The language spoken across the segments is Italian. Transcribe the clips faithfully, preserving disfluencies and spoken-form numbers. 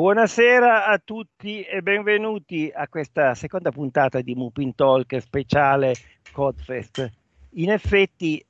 Buonasera a tutti e benvenuti a questa seconda puntata di Mupin Talk speciale Codefest. In effetti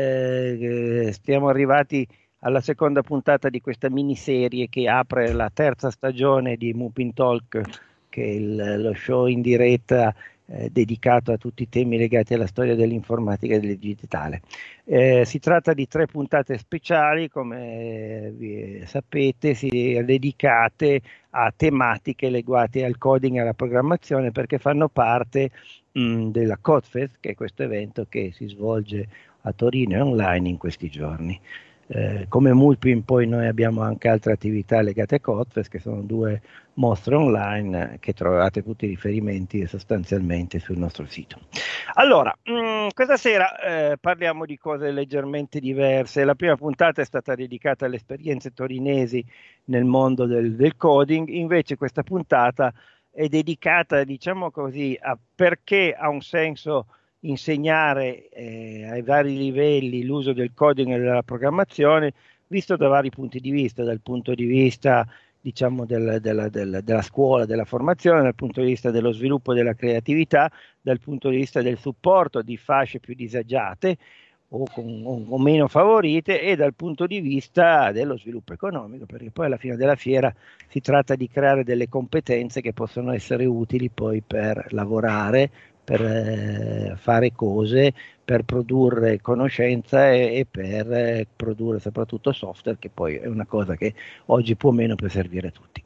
eh, siamo arrivati alla seconda puntata di questa miniserie che apre la terza stagione di Mupin Talk, che è il, lo show in diretta eh, dedicato a tutti i temi legati alla storia dell'informatica e del digitale. Eh, si tratta di tre puntate speciali, come vi sapete, si, dedicate a tematiche legate al coding e alla programmazione, perché fanno parte mh, della Codefest, che è questo evento che si svolge a Torino e online in questi giorni. Eh, come Mulpin poi noi abbiamo anche altre attività legate a Codefest, che sono due mostre online che trovate tutti i riferimenti sostanzialmente sul nostro sito. Allora, mh, questa sera eh, parliamo di cose leggermente diverse. La prima puntata è stata dedicata alle esperienze torinesi nel mondo del, del coding, invece questa puntata è dedicata, diciamo così, a perché ha un senso insegnare eh, ai vari livelli l'uso del coding e della programmazione, visto da vari punti di vista, dal punto di vista diciamo del, della, della, della scuola, della formazione, dal punto di vista dello sviluppo della creatività, dal punto di vista del supporto di fasce più disagiate o, con, o, o meno favorite, e dal punto di vista dello sviluppo economico, perché poi alla fine della fiera si tratta di creare delle competenze che possono essere utili poi per lavorare, per eh, fare cose, per produrre conoscenza e, e per eh, produrre soprattutto software, che poi è una cosa che oggi più o meno può servire a tutti.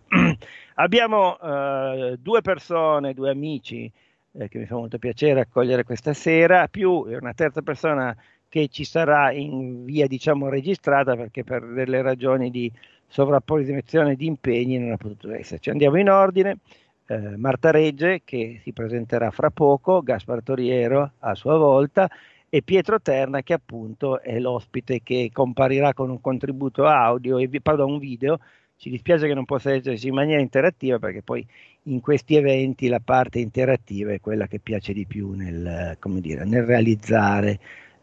Abbiamo eh, due persone, due amici eh, che mi fa molto piacere accogliere questa sera, più una terza persona che ci sarà in via diciamo registrata, perché per delle ragioni di sovrapposizione di impegni non ha potuto esserci. Andiamo in ordine. Eh, Marta Regge, che si presenterà fra poco, Gaspar Toriero a sua volta, e Pietro Terna, che appunto è l'ospite che comparirà con un contributo audio e pardon, un video. Ci dispiace che non possa esserci in maniera interattiva, perché poi in questi eventi la parte interattiva è quella che piace di più nel, come dire, nel realizzare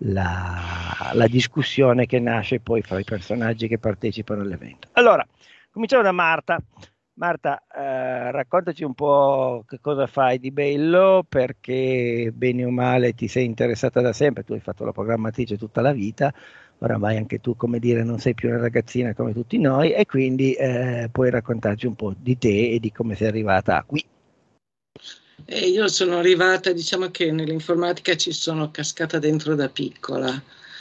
la, la discussione che nasce poi fra i personaggi che partecipano all'evento. Allora, cominciamo da Marta. Marta, eh, raccontaci un po' che cosa fai di bello, perché bene o male ti sei interessata da sempre, tu hai fatto la programmatrice tutta la vita, oramai anche tu, come dire, non sei più una ragazzina come tutti noi, e quindi eh, puoi raccontarci un po' di te e di come sei arrivata qui. E io sono arrivata, diciamo che nell'informatica ci sono cascata dentro da piccola,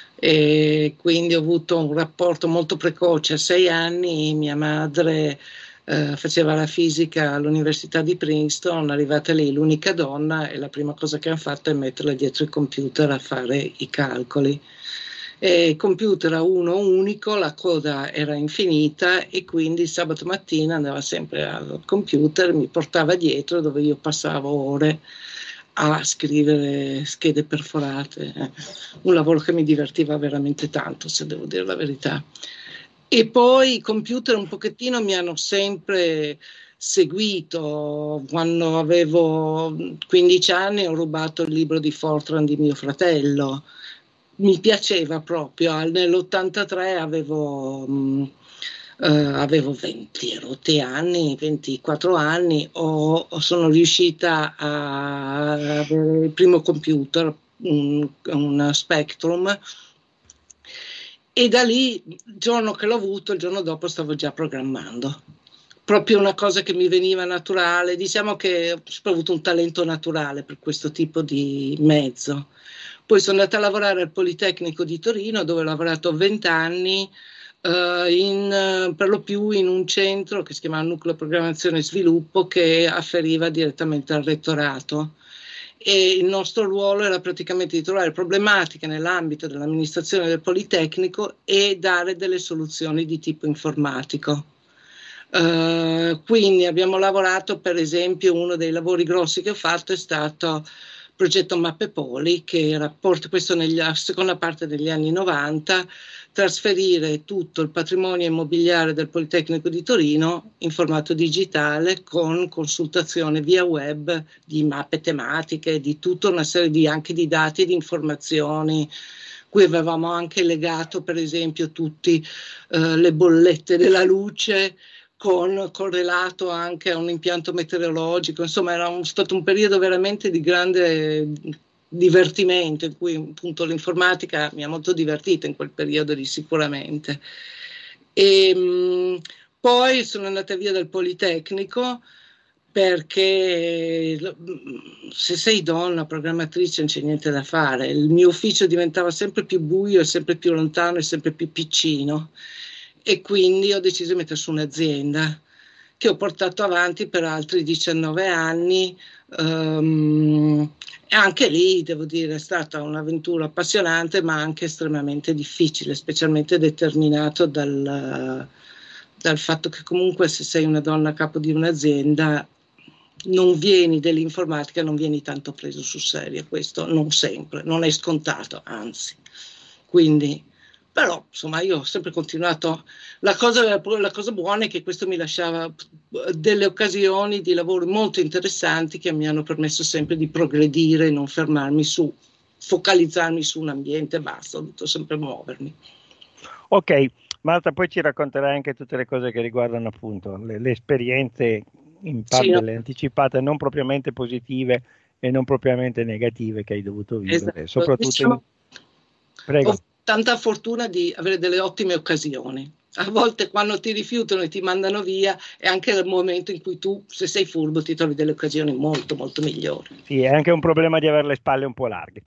e quindi ho avuto un rapporto molto precoce. A sei anni mia madre eh, faceva la fisica all'Università di Princeton, è arrivata lì l'unica donna e la prima cosa che hanno fatto è metterla dietro il computer a fare i calcoli. E il computer era uno unico, la coda era infinita, e quindi sabato mattina andava sempre al computer, mi portava dietro dove io passavo ore a scrivere schede perforate, eh. Un lavoro che mi divertiva veramente tanto, se devo dire la verità. E poi i computer un pochettino mi hanno sempre seguito. Quando avevo quindici anni ho rubato il libro di Fortran di mio fratello. Mi piaceva proprio. Nell'ottantatré avevo, mh, eh, avevo venti rotti anni, ventiquattro anni, ho, sono riuscita a avere il primo computer, un, un Spectrum, e da lì, il giorno che l'ho avuto, il giorno dopo stavo già programmando. Proprio una cosa che mi veniva naturale. Diciamo che ho sempre avuto un talento naturale per questo tipo di mezzo. Poi sono andata a lavorare al Politecnico di Torino, dove ho lavorato venti anni, eh, in, per lo più in un centro che si chiama Nucleo Programmazione e Sviluppo, che afferiva direttamente al rettorato. E il nostro ruolo era praticamente di trovare problematiche nell'ambito dell'amministrazione del Politecnico e dare delle soluzioni di tipo informatico. Uh, quindi abbiamo lavorato, per esempio, uno dei lavori grossi che ho fatto è stato il progetto Mappe Poli, che era, questo nella seconda parte degli anni novanta, trasferire tutto il patrimonio immobiliare del Politecnico di Torino in formato digitale, con consultazione via web di mappe tematiche, di tutta una serie di, anche di dati e di informazioni. Qui avevamo anche legato, per esempio, tutte uh, le bollette della luce con correlato anche a un impianto meteorologico. Insomma, era un, stato un periodo veramente di grande divertimento, in cui appunto l'informatica mi ha molto divertita in quel periodo lì, sicuramente. E mh, poi sono andata via dal Politecnico, perché se sei donna programmatrice non c'è niente da fare. Il mio ufficio diventava sempre più buio, sempre più lontano e sempre più piccino, e quindi ho deciso di mettere su un'azienda che ho portato avanti per altri diciannove anni. Um, e anche lì, devo dire, è stata un'avventura appassionante, ma anche estremamente difficile, specialmente determinato dal, dal fatto che comunque, se sei una donna a capo di un'azienda, non vieni dell'informatica, non vieni tanto preso sul serio. Questo non sempre, non è scontato, anzi. Quindi, però, insomma, io ho sempre continuato. La cosa, la cosa buona è che questo mi lasciava delle occasioni di lavoro molto interessanti, che mi hanno permesso sempre di progredire, non fermarmi su, focalizzarmi su un ambiente e basta, ho dovuto sempre muovermi. Ok, Marta, poi ci racconterai anche tutte le cose che riguardano appunto le, le esperienze in parte Sì, no? le anticipate, non propriamente positive e non propriamente negative che hai dovuto vivere, Esatto. soprattutto Diciamo, in... Prego. ho tanta fortuna di avere delle ottime occasioni. A volte, quando ti rifiutano e ti mandano via, è anche il momento in cui tu, se sei furbo, ti trovi delle occasioni molto molto migliori. Sì, è anche un problema di avere le spalle un po' larghe.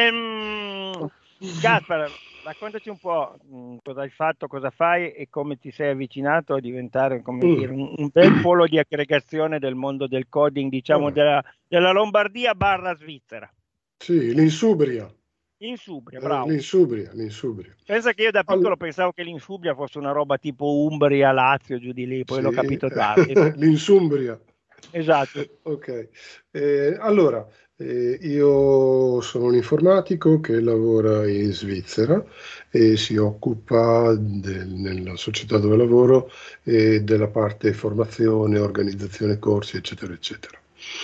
Ehm, Gaspar, raccontaci un po' mh, cosa hai fatto, cosa fai e come ti sei avvicinato a diventare, come dire, Mm. un, un bel polo di aggregazione del mondo del coding, diciamo, Ah, della, della Lombardia barra Svizzera. sì, l'Insubria, In Subria, eh, bravo. l'Insubria, l'Insubria. Pensa che io da All- piccolo pensavo che l'Insubria fosse una roba tipo Umbria, Lazio, giù di lì, poi l'ho sì, capito tardi. l'Insumbria. Esatto. Ok, eh, allora, eh, io sono un informatico che lavora in Svizzera e si occupa del- nella società dove lavoro eh, della parte formazione, organizzazione corsi, eccetera, eccetera.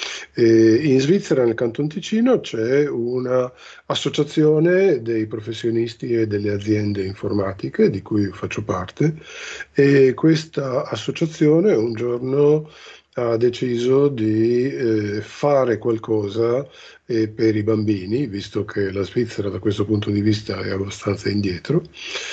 E in Svizzera, nel Canton Ticino, c'è un'associazione dei professionisti e delle aziende informatiche di cui faccio parte, e questa associazione un giorno ha deciso di eh, fare qualcosa eh, per i bambini, visto che la Svizzera da questo punto di vista è abbastanza indietro,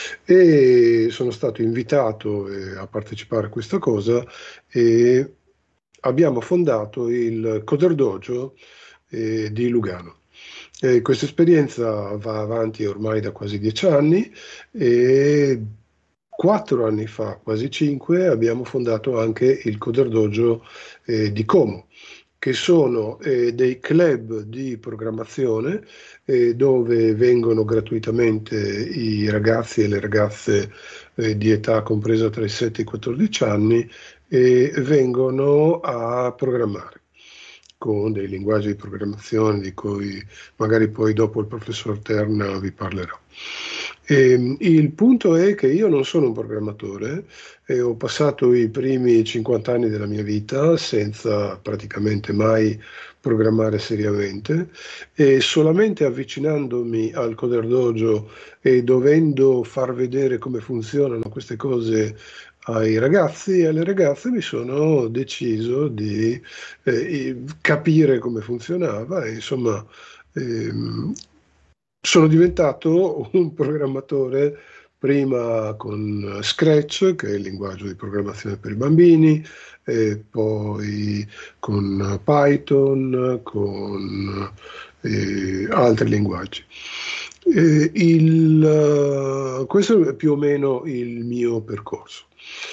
e sono stato invitato eh, a partecipare a questa cosa e abbiamo fondato il Coder Dojo eh, di Lugano. Eh, questa esperienza va avanti ormai da quasi dieci anni e quattro anni fa, quasi cinque, abbiamo fondato anche il Coder Dojo eh, di Como, che sono eh, dei club di programmazione eh, dove vengono gratuitamente i ragazzi e le ragazze eh, di età compresa tra i sette e i quattordici anni e vengono a programmare con dei linguaggi di programmazione di cui magari poi dopo il professor Terna vi parlerà. E, il punto è che io non sono un programmatore e ho passato i primi cinquanta anni della mia vita senza praticamente mai programmare seriamente, e solamente avvicinandomi al Coder Dojo e dovendo far vedere come funzionano queste cose ai ragazzi e alle ragazze mi sono deciso di eh, capire come funzionava e insomma ehm, sono diventato un programmatore prima con Scratch, che è il linguaggio di programmazione per i bambini, e poi con Python, con eh, altri linguaggi. Eh, il, questo è più o meno il mio percorso.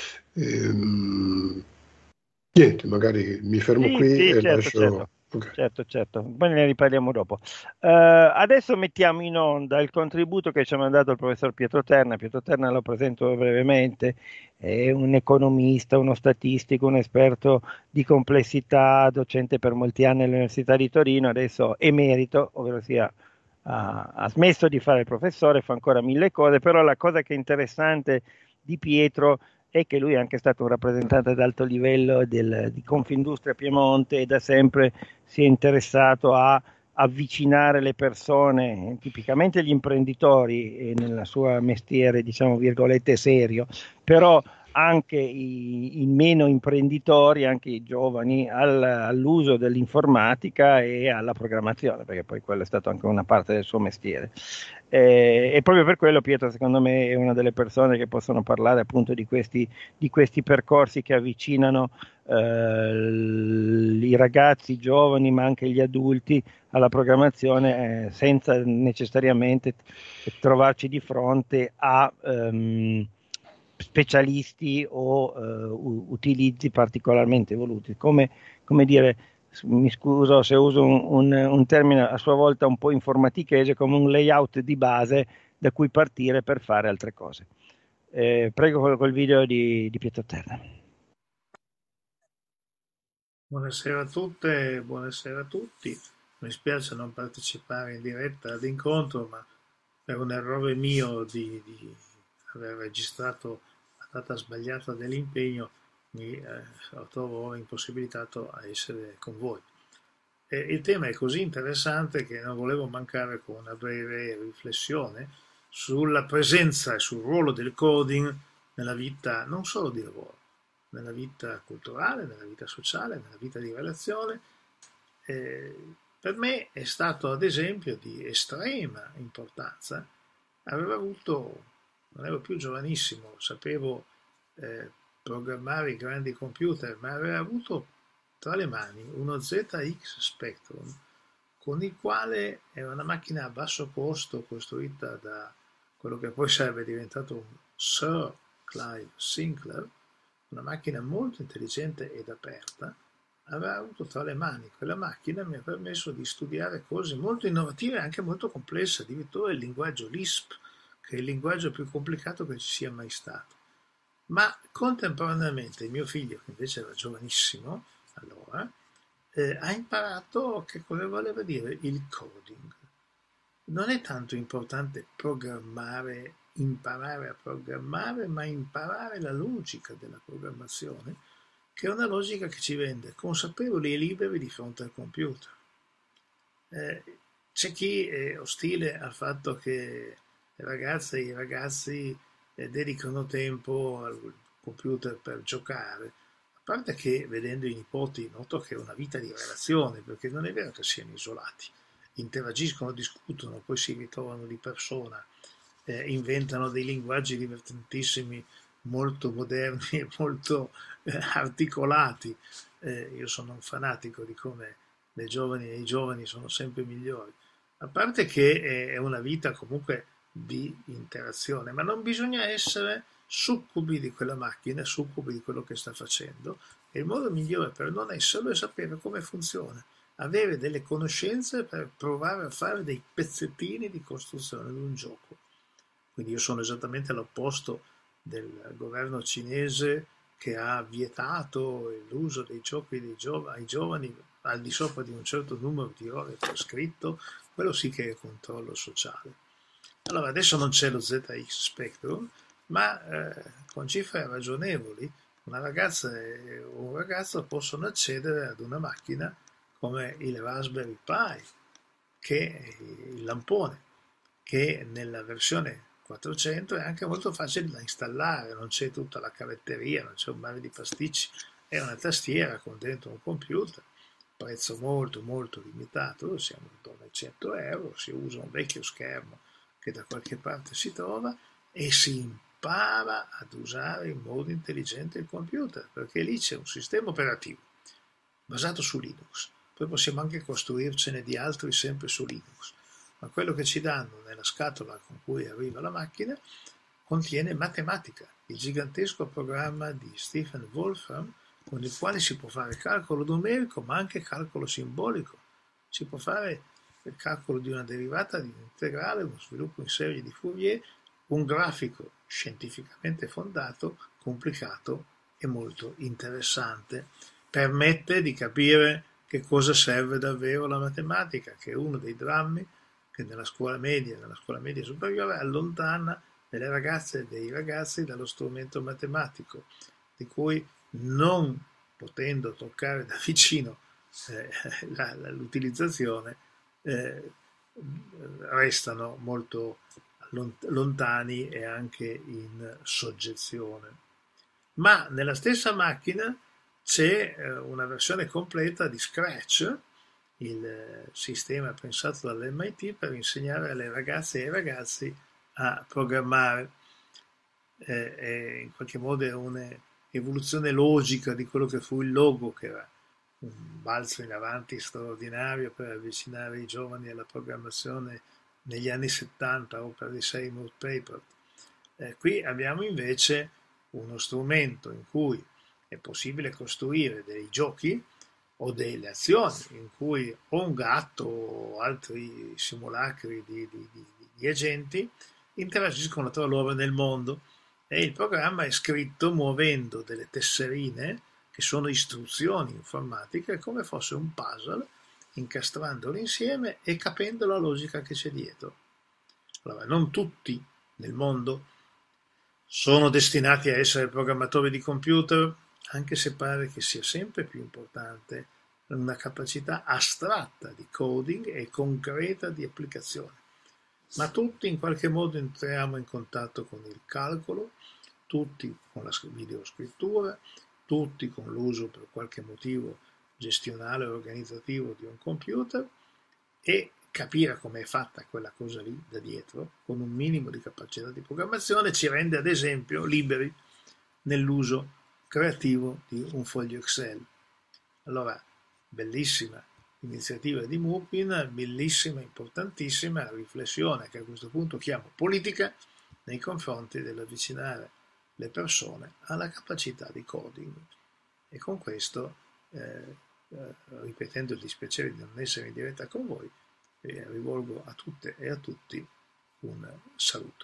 Ehm, niente, magari mi fermo Sì, qui sì, e certo, lascio. certo, Ok. certo, certo. Poi ne riparliamo dopo. Eh, adesso mettiamo in onda il contributo che ci ha mandato il professor Pietro Terna. Pietro Terna lo presento brevemente, è un economista, uno statistico, un esperto di complessità, docente per molti anni all'Università di Torino, adesso emerito, ovvero sia ha, ha smesso di fare il professore, fa ancora mille cose, però la cosa che è interessante di Pietro è che lui è anche stato un rappresentante ad alto livello del, di Confindustria Piemonte e da sempre si è interessato a avvicinare le persone, tipicamente gli imprenditori, e nella sua mestiere, diciamo, virgolette, serio, però anche i, i meno imprenditori, anche i giovani, al, all'uso dell'informatica e alla programmazione, perché poi quello è stato anche una parte del suo mestiere. Eh, e proprio per quello Pietro, secondo me, è una delle persone che possono parlare appunto di questi, di questi percorsi che avvicinano eh, i ragazzi, i giovani, ma anche gli adulti alla programmazione, eh, senza necessariamente trovarci di fronte a ehm, specialisti o eh, utilizzi particolarmente evoluti. Come, come dire, mi scuso se uso un, un, un termine a sua volta un po' informatichese, come un layout di base da cui partire per fare altre cose. Eh, prego col, col video di, di Pietro Terra. Buonasera a tutte, buonasera a tutti. Mi spiace non partecipare in diretta all'incontro, ma per un errore mio di, di aver registrato la data sbagliata dell'impegno mi eh, trovo impossibilitato a essere con voi. E il tema è così interessante che non volevo mancare con una breve riflessione sulla presenza e sul ruolo del coding nella vita non solo di lavoro, nella vita culturale, nella vita sociale, nella vita di relazione. Eh, per me è stato ad esempio di estrema importanza. Avevo avuto, non ero più giovanissimo, sapevo eh, programmare i grandi computer, ma avevo avuto tra le mani uno Z X Spectrum con il quale era una macchina a basso costo costruita da quello che poi sarebbe diventato un Sir Clive Sinclair, una macchina molto intelligente ed aperta. Aveva avuto tra le mani quella macchina, mi ha permesso di studiare cose molto innovative e anche molto complesse, addirittura il linguaggio Lisp, che è il linguaggio più complicato che ci sia mai stato. Ma contemporaneamente mio figlio, che invece era giovanissimo allora, eh, ha imparato che cosa voleva dire il coding. Non è tanto importante programmare, imparare a programmare, ma imparare la logica della programmazione, che è una logica che ci rende consapevoli e liberi di fronte al computer. Eh, c'è chi è ostile al fatto che le ragazze e i ragazzi eh, dedicano tempo al computer per giocare. A parte che vedendo i nipoti noto che è una vita di relazione, perché non è vero che siano isolati, interagiscono, discutono, poi si ritrovano di persona, eh, inventano dei linguaggi divertentissimi, molto moderni e molto eh, articolati. Eh, io sono un fanatico di come le giovani e i giovani sono sempre migliori. A parte che è una vita comunque di interazione, ma non bisogna essere succubi di quella macchina, succubi di quello che sta facendo. E il modo migliore per non esserlo è sapere come funziona, avere delle conoscenze per provare a fare dei pezzettini di costruzione di un gioco. Quindi io sono esattamente all'opposto del governo cinese che ha vietato l'uso dei giochi dei giov- ai giovani al di sopra di un certo numero di ore per scritto. Quello sì che è controllo sociale. Allora adesso non c'è lo Z X Spectrum, ma eh, con cifre ragionevoli una ragazza e un ragazzo possono accedere ad una macchina come il Raspberry Pi, che è il lampone, che nella versione quattrocento è anche molto facile da installare, non c'è tutta la cavetteria, non c'è un mare di pasticci, è una tastiera con dentro un computer, prezzo molto molto limitato, siamo intorno ai cento euro, si usa un vecchio schermo che da qualche parte si trova e si impara ad usare in modo intelligente il computer, perché lì c'è un sistema operativo basato su Linux, poi possiamo anche costruircene di altri sempre su Linux, ma quello che ci danno nella scatola con cui arriva la macchina contiene matematica, il gigantesco programma di Stephen Wolfram con il quale si può fare calcolo numerico ma anche calcolo simbolico, si può fare il calcolo di una derivata, di un integrale, uno sviluppo in serie di Fourier, un grafico scientificamente fondato, complicato e molto interessante. Permette di capire che cosa serve davvero la matematica, che è uno dei drammi che nella scuola media, nella scuola media superiore allontana delle ragazze e dei ragazzi dallo strumento matematico, di cui non potendo toccare da vicino eh, la, la, l'utilizzazione eh, restano molto lontani e anche in soggezione. ma nella stessa macchina c'è eh, una versione completa di Scratch, il eh, sistema pensato dall'M I T per insegnare alle ragazze e ai ragazzi a programmare. Eh, è in qualche modo è un'evoluzione logica di quello che fu il logo, che era un balzo in avanti straordinario per avvicinare i giovani alla programmazione negli anni settanta o per i Seymour Papert. Eh, qui abbiamo invece uno strumento in cui è possibile costruire dei giochi o delle azioni in cui o un gatto o altri simulacri di, di, di, di agenti interagiscono tra loro nel mondo, e il programma è scritto muovendo delle tesserine che sono istruzioni informatiche, come fosse un puzzle, incastrandolo insieme e capendo la logica che c'è dietro. Allora, non tutti nel mondo sono destinati a essere programmatori di computer, anche se pare che sia sempre più importante una capacità astratta di coding e concreta di applicazione. Ma tutti in qualche modo entriamo in contatto con il calcolo, tutti con la videoscrittura, tutti con l'uso per qualche motivo gestionale o organizzativo di un computer, e capire come è fatta quella cosa lì da dietro, con un minimo di capacità di programmazione, ci rende ad esempio liberi nell'uso creativo di un foglio Excel. Allora, bellissima iniziativa di Mupin, bellissima, importantissima riflessione che a questo punto chiamo politica nei confronti dell'avvicinare le persone alla capacità di coding. E con questo, eh, eh, ripetendo il dispiacere di non essere in diretta con voi, eh, rivolgo a tutte e a tutti un saluto.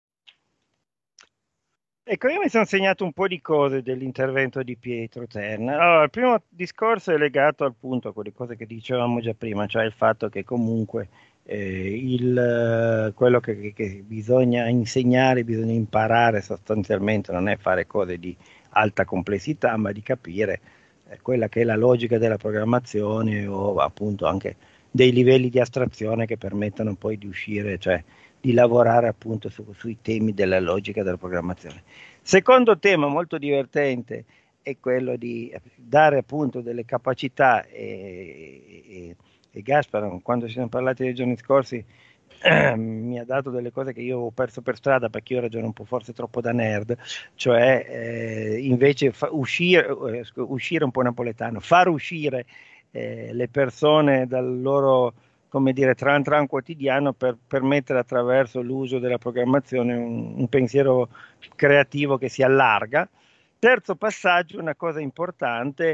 Ecco, io mi sono segnato un po' di cose dell'intervento di Pietro Terna. Allora, il primo discorso è legato al punto, a quelle cose che dicevamo già prima, cioè il fatto che comunque eh, il, quello che, che, che bisogna insegnare, bisogna imparare sostanzialmente, non è fare cose di alta complessità, ma di capire eh, quella che è la logica della programmazione, o appunto anche dei livelli di astrazione che permettono poi di uscire, cioè di lavorare appunto su, sui temi della logica della programmazione. Secondo tema molto divertente è quello di dare appunto delle capacità, e, e, e Gasparo, quando ci siamo parlati nei giorni scorsi, eh, mi ha dato delle cose che io ho perso per strada, perché io ragiono un po' forse troppo da nerd, cioè eh, invece fa, uscire, eh, uscire un po' napoletano, far uscire eh, le persone dal loro, come dire, tran tran quotidiano, per permettere attraverso l'uso della programmazione un, un pensiero creativo che si allarga. Terzo passaggio, una cosa importante,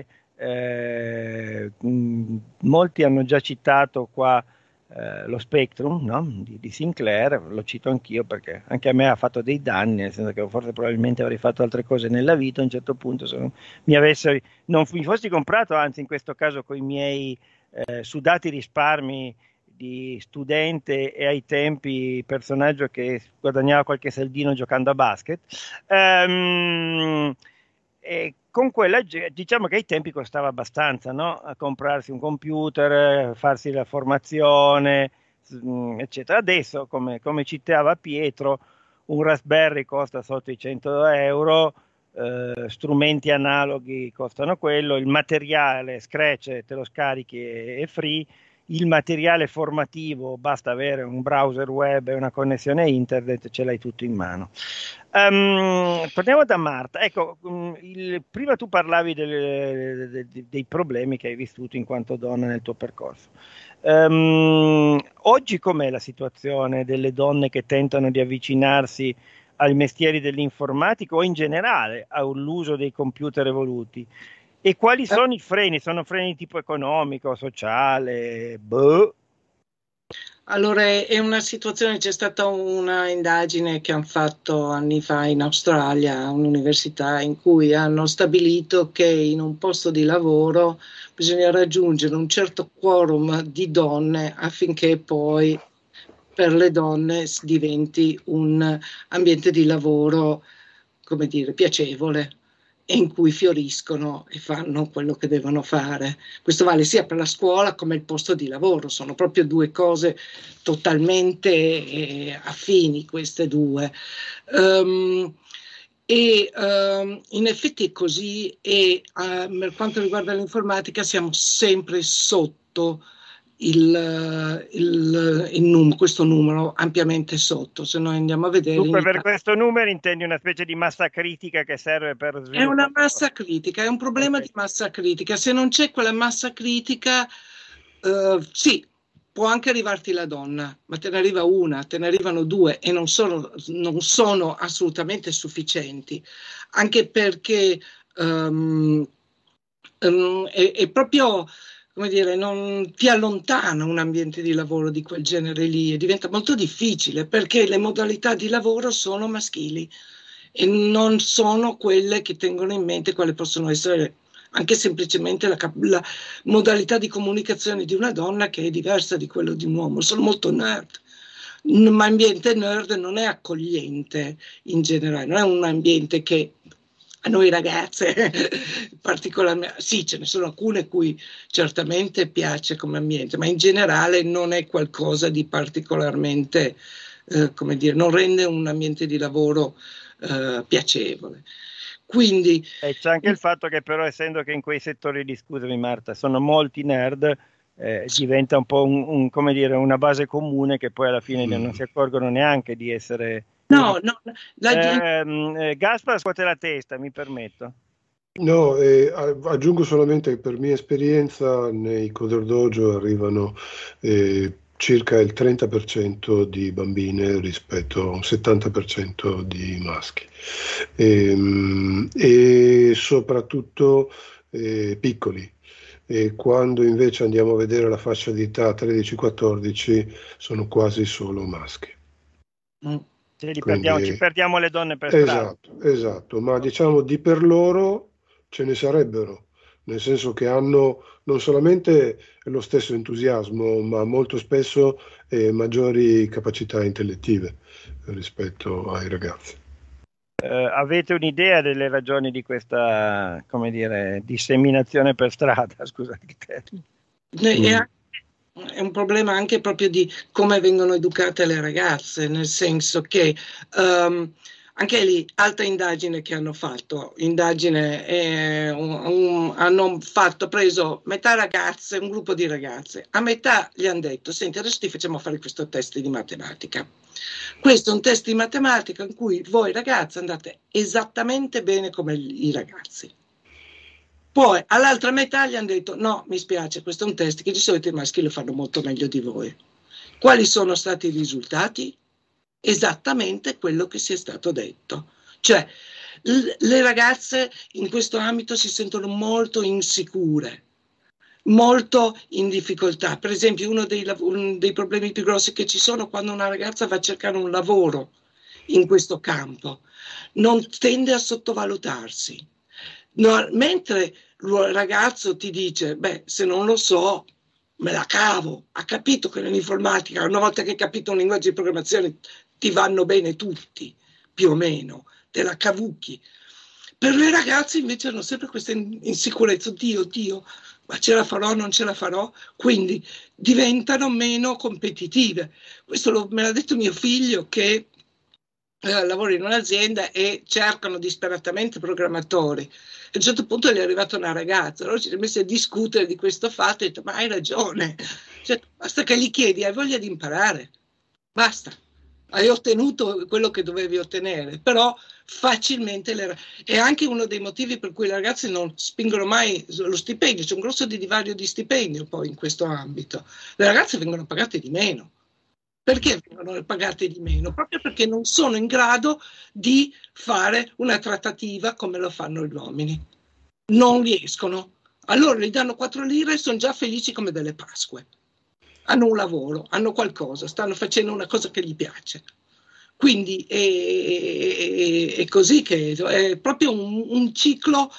eh, mh, molti hanno già citato qua eh, lo Spectrum, no? di, di Sinclair, lo cito anch'io perché anche a me ha fatto dei danni, nel senso che forse probabilmente avrei fatto altre cose nella vita a un certo punto, se non mi avessi, non mi fossi comprato, anzi in questo caso con i miei eh, sudati risparmi di studente e ai tempi personaggio che guadagnava qualche soldino giocando a basket, ehm, e con quella, diciamo che ai tempi costava abbastanza, no? A comprarsi un computer, farsi la formazione, eccetera. Adesso, come, come citava Pietro, un Raspberry costa sotto i cento euro, eh, strumenti analoghi costano quello, il materiale Scratch te lo scarichi e è free, il materiale formativo basta avere un browser web e una connessione internet, ce l'hai tutto in mano. Um, torniamo da Marta. Ecco, il, prima tu parlavi delle, de, de, dei problemi che hai vissuto in quanto donna nel tuo percorso. Um, oggi com'è la situazione delle donne che tentano di avvicinarsi ai mestieri dell'informatica o in generale all'uso dei computer evoluti? E quali sono i freni? Sono freni di tipo economico, sociale? Boh. Allora, è una situazione, c'è stata una indagine che hanno fatto anni fa in Australia, a un'università, in cui hanno stabilito che in un posto di lavoro bisogna raggiungere un certo quorum di donne affinché poi per le donne diventi un ambiente di lavoro, come dire, piacevole, in cui fioriscono e fanno quello che devono fare. Questo vale sia per la scuola come il posto di lavoro, sono proprio due cose totalmente eh, affini, queste due. Um, E um, in effetti è così, e uh, per quanto riguarda l'informatica siamo sempre sotto il, il, il num- questo numero, ampiamente sotto. Se noi andiamo a vedere Dunque, in per Italia, questo numero intendi una specie di massa critica che serve per è sviluppare. una massa critica, è un problema Ok. di massa critica. Se non c'è quella massa critica, uh, sì, può anche arrivarti la donna, ma te ne arriva una, te ne arrivano due e non sono, non sono assolutamente sufficienti, anche perché um, um, è, è proprio, come dire, non ti allontana un ambiente di lavoro di quel genere lì e diventa molto difficile perché le modalità di lavoro sono maschili e non sono quelle che tengono in mente quali possono essere anche semplicemente la, la modalità di comunicazione di una donna, che è diversa di quello di un uomo. Sono molto nerd, ma l'ambiente nerd non è accogliente in generale, non è un ambiente che a noi ragazze particolarmente, sì, ce ne sono alcune cui certamente piace come ambiente, ma in generale non è qualcosa di particolarmente, eh, come dire, non rende un ambiente di lavoro eh, piacevole. Quindi E c'è anche il fatto che però, essendo che in quei settori lì, scusami Marta, sono molti nerd, eh, diventa un po' un, un, come dire, una base comune che poi alla fine Mm. non si accorgono neanche di essere... no, no, la, Eh, eh, Gaspar scuote la testa, mi permetto. No, eh, aggiungo solamente che per mia esperienza nei Coder Dojo arrivano eh, circa il trenta per cento di bambine rispetto a un settanta per cento di maschi. Ehm, e soprattutto eh, piccoli. E quando invece andiamo a vedere la fascia di età tredici quattordici sono quasi solo maschi. Mm. Ce li Quindi, perdiamo, ci perdiamo le donne per strada. esatto, esatto, ma diciamo di per loro ce ne sarebbero, nel senso che hanno non solamente lo stesso entusiasmo, ma molto spesso eh, maggiori capacità intellettive rispetto ai ragazzi. Eh, avete un'idea delle ragioni di questa, come dire, disseminazione per strada? Scusate il termine. È, anche, è un problema anche proprio di come vengono educate le ragazze, nel senso che um, anche lì, altra indagine che hanno fatto, indagine, eh, un, un, hanno fatto, preso metà ragazze, un gruppo di ragazze, a metà gli hanno detto, senti, adesso ti facciamo fare questo test di matematica. Questo è un test di matematica in cui voi ragazze andate esattamente bene come i ragazzi. Poi all'altra metà gli hanno detto no, mi spiace, questo è un test che di solito i maschi lo fanno molto meglio di voi. Quali sono stati i risultati? Esattamente quello che si è stato detto. Cioè, l- le ragazze in questo ambito si sentono molto insicure, molto in difficoltà. Per esempio, uno dei, lav- uno dei problemi più grossi che ci sono quando una ragazza va a cercare un lavoro in questo campo, non tende a sottovalutarsi. No, mentre il ragazzo ti dice, beh, se non lo so, me la cavo. Ha capito che nell'informatica, una volta che hai capito un linguaggio di programmazione, ti vanno bene tutti, più o meno, te la cavucchi. Per le ragazze invece hanno sempre questa insicurezza, Dio, Dio, ma ce la farò, non ce la farò, quindi diventano meno competitive. Questo lo, me l'ha detto mio figlio che eh, lavora in un'azienda e cercano disperatamente programmatori. A un certo punto gli è arrivata una ragazza, allora ci siamo messi a discutere di questo fatto e ho detto, ma hai ragione, cioè, basta che gli chiedi, hai voglia di imparare, basta, hai ottenuto quello che dovevi ottenere, però facilmente le... è anche uno dei motivi per cui le ragazze non spingono mai lo stipendio, c'è un grosso divario di stipendio poi in questo ambito, le ragazze vengono pagate di meno. Perché vengono pagate di meno? Proprio perché non sono in grado di fare una trattativa come lo fanno gli uomini. Non riescono. Allora gli danno quattro lire e sono già felici come delle Pasque. Hanno un lavoro, hanno qualcosa, stanno facendo una cosa che gli piace. Quindi è, è, è così che è proprio un, un ciclo.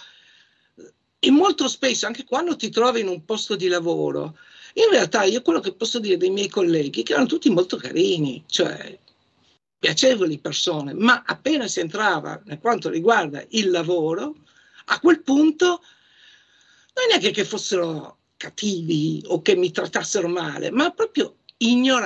E molto spesso, anche quando ti trovi in un posto di lavoro, in realtà io quello che posso dire dei miei colleghi, che erano tutti molto carini, cioè piacevoli persone, ma appena si entrava per quanto riguarda il lavoro, a quel punto non è che, che fossero cattivi o che mi trattassero male, ma proprio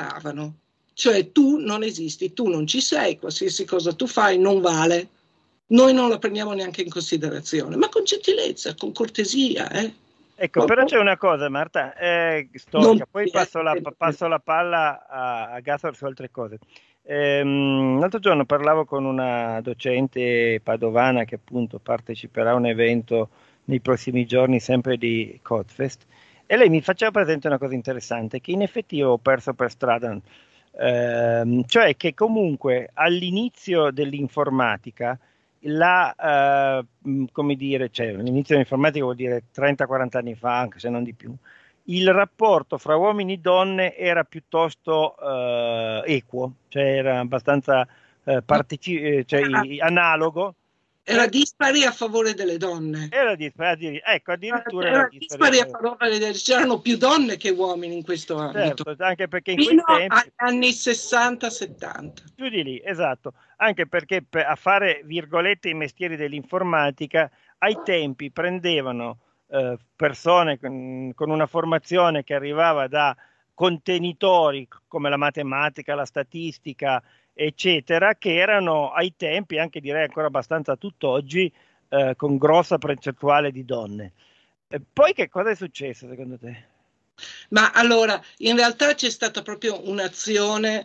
ignoravano. Cioè tu non esisti, tu non ci sei, qualsiasi cosa tu fai non vale. noi non la prendiamo neanche in considerazione, ma con gentilezza, con cortesia. Eh. Ecco, però c'è una cosa, Marta, eh, storica, poi passo la, passo la palla a, a Gaspar su altre cose. Ehm, l'altro giorno parlavo con una docente padovana che appunto parteciperà a un evento nei prossimi giorni sempre di Codfest, e lei mi faceva presente una cosa interessante che in effetti io ho perso per strada, ehm, cioè che comunque all'inizio dell'informatica la, eh, come dire, cioè l'inizio dell'informatica vuol dire trenta quaranta anni fa, anche se non di più, il rapporto fra uomini e donne era piuttosto eh, equo, cioè era abbastanza eh, parteci- cioè, i- analogo. Era dispari a favore delle donne. Era dispari, ecco, addirittura era era dispari a dispari. favore delle donne. C'erano più donne che uomini in questo ambito. Certo, anche perché in Fino quei tempi, agli anni sessanta settanta. più di lì, esatto, anche perché per, a fare virgolette i mestieri dell'informatica ai tempi prendevano eh, persone con, con una formazione che arrivava da contenitori come la matematica, la statistica, eccetera, che erano ai tempi, anche direi ancora abbastanza tutt'oggi, eh, con grossa percentuale di donne. E poi che cosa è successo secondo te? Ma allora, in realtà c'è stata proprio un'azione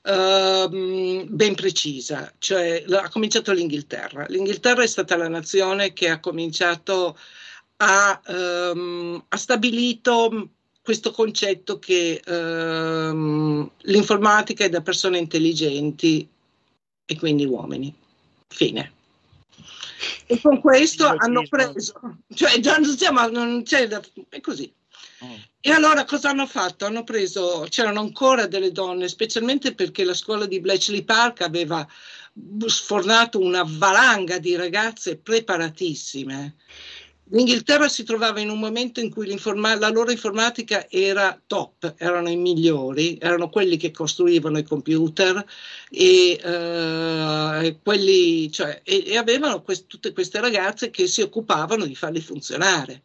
uh, ben precisa, cioè ha cominciato l'Inghilterra. L'Inghilterra è stata la nazione che ha cominciato a, um, ha stabilito questo concetto che um, l'informatica è da persone intelligenti e quindi uomini. Fine. E con questo hanno preso, cioè già non siamo, non c'è da, è così. Oh. E allora cosa hanno fatto? Hanno preso, c'erano ancora delle donne, specialmente perché la scuola di Bletchley Park aveva sfornato una valanga di ragazze preparatissime. L'Inghilterra si trovava in un momento in cui la loro informatica era top, erano i migliori, erano quelli che costruivano i computer e, uh, quelli, cioè, e, e avevano quest- tutte queste ragazze che si occupavano di farli funzionare.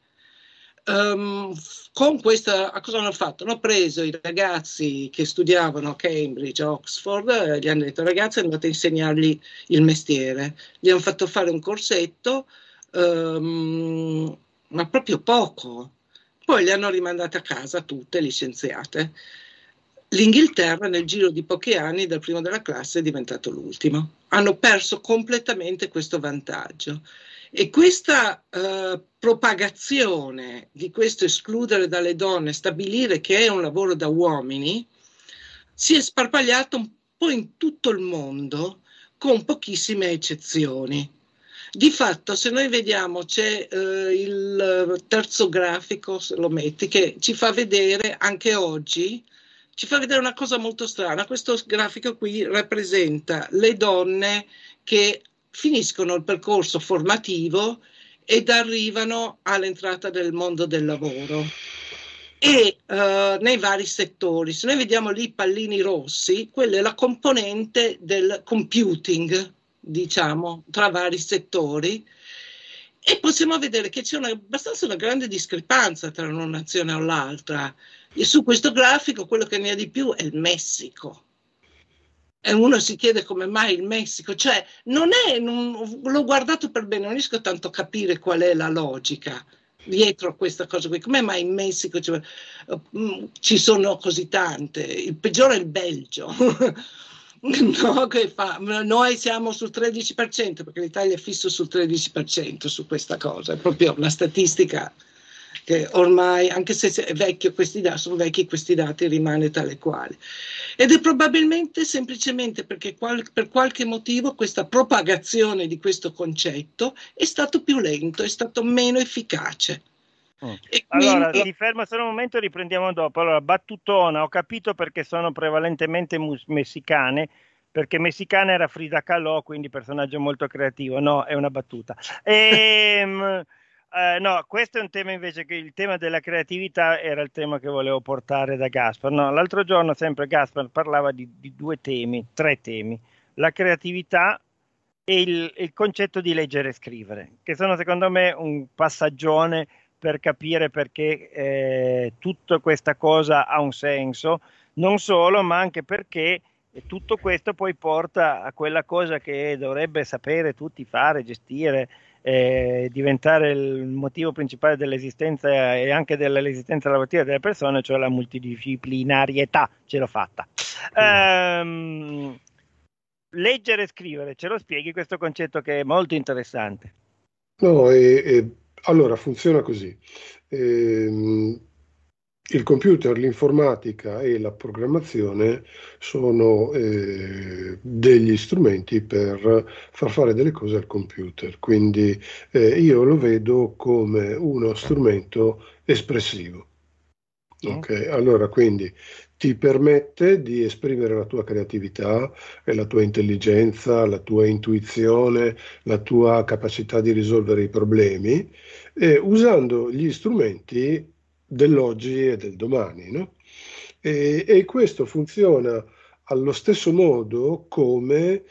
Um, con questa, cosa hanno fatto? Hanno preso i ragazzi che studiavano a Cambridge, a Oxford, eh, gli hanno detto ragazzi andate a insegnargli il mestiere, gli hanno fatto fare un corsetto, um, ma proprio poco, poi le hanno rimandate a casa tutte licenziate. L'Inghilterra nel giro di pochi anni dal primo della classe è diventato l'ultimo, hanno perso completamente questo vantaggio. E questa uh, propagazione di questo escludere dalle donne, stabilire che è un lavoro da uomini, si è sparpagliato un po' in tutto il mondo con pochissime eccezioni. Di fatto, se noi vediamo, c'è uh, il terzo grafico, se lo metti, che ci fa vedere anche oggi, ci fa vedere una cosa molto strana. Questo grafico qui rappresenta le donne che finiscono il percorso formativo ed arrivano all'entrata del mondo del lavoro e uh, nei vari settori. Se noi vediamo lì i pallini rossi, quella è la componente del computing, diciamo, tra vari settori, e possiamo vedere che c'è una, abbastanza una grande discrepanza tra una nazione e l'altra. E su questo grafico quello che ne ha di più è il Messico. E uno si chiede come mai il Messico, cioè non è, non, l'ho guardato per bene, non riesco tanto a capire qual è la logica dietro a questa cosa qui, come mai in Messico cioè, ci sono così tante, il peggiore è il Belgio, no, che fa, noi siamo sul tredici per cento perché l'Italia è fisso sul tredici per cento su questa cosa, è proprio una statistica che ormai, anche se è vecchio questi dati, sono vecchi questi dati, rimane tale quale. Ed è probabilmente semplicemente perché qual, per qualche motivo questa propagazione di questo concetto è stato più lento, è stato meno efficace. Mm. E allora, quindi... ti fermo solo un momento e riprendiamo dopo. Allora, battutona, ho capito perché sono prevalentemente mus- messicane, perché messicana era Frida Kahlo, quindi personaggio molto creativo. No, è una battuta. Ehm... Uh, no, questo è un tema invece che il tema della creatività era il tema che volevo portare da Gaspar. No, l'altro giorno sempre Gaspar parlava di, di due temi, tre temi, la creatività e il, il concetto di leggere e scrivere, che sono secondo me un passaggione per capire perché eh, tutta questa cosa ha un senso, non solo, ma anche perché E tutto questo poi porta a quella cosa che dovrebbe sapere tutti fare, gestire, eh, diventare il motivo principale dell'esistenza e anche dell'esistenza lavorativa delle persone, cioè la multidisciplinarietà. Ce l'ho fatta. Ehm, leggere e scrivere, ce lo spieghi questo concetto che è molto interessante? No, e, e, allora funziona così. Ehm, il computer, l'informatica e la programmazione sono eh, degli strumenti per far fare delle cose al computer, quindi eh, io lo vedo come uno strumento espressivo. Ok, allora quindi ti permette di esprimere la tua creatività e la tua intelligenza, la tua intuizione, la tua capacità di risolvere i problemi, eh, usando gli strumenti dell'oggi e del domani, no? E, e questo funziona allo stesso modo come,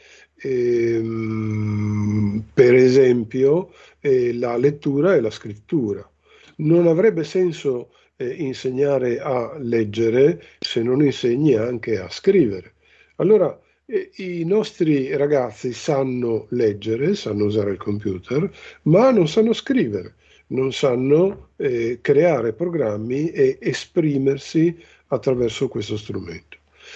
ehm, per esempio, eh, la lettura e la scrittura. Non avrebbe senso eh, insegnare a leggere se non insegni anche a scrivere. Allora, eh, i nostri ragazzi sanno leggere, sanno usare il computer, ma non sanno scrivere, non sanno eh, creare programmi e esprimersi attraverso questo strumento.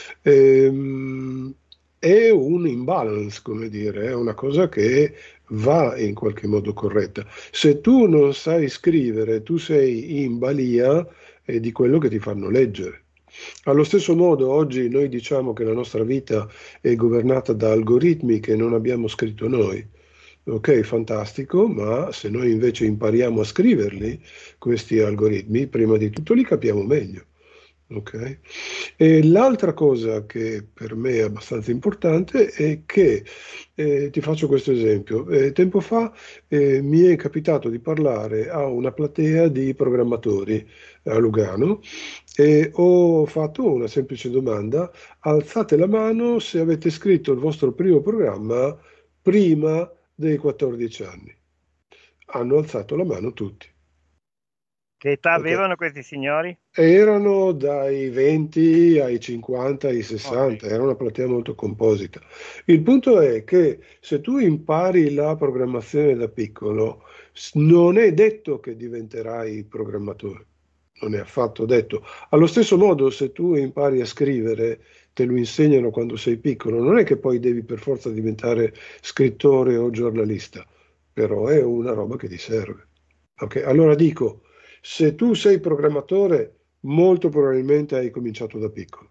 Ehm, è un imbalance, come dire, è una cosa che va in qualche modo corretta. Se tu non sai scrivere, tu sei in balia eh, di quello che ti fanno leggere. Allo stesso modo, oggi noi diciamo che la nostra vita è governata da algoritmi che non abbiamo scritto noi. Ok, fantastico, ma se noi invece impariamo a scriverli, questi algoritmi, prima di tutto li capiamo meglio. Ok? E l'altra cosa che per me è abbastanza importante è che, eh, ti faccio questo esempio, eh, tempo fa eh, mi è capitato di parlare a una platea di programmatori a Lugano e ho fatto una semplice domanda: alzate la mano se avete scritto il vostro primo programma prima dei quattordici anni. Hanno alzato la mano tutti. Che età Ok. avevano questi signori? Erano dai venti ai cinquanta, ai Ok. sessanta, era una platea molto composita. Il punto è che se tu impari la programmazione da piccolo, s- non è detto che diventerai programmatore, non è affatto detto. Allo stesso modo, se tu impari a scrivere, te lo insegnano quando sei piccolo, non è che poi devi per forza diventare scrittore o giornalista, però è una roba che ti serve. Ok, allora dico, se tu sei programmatore, molto probabilmente hai cominciato da piccolo.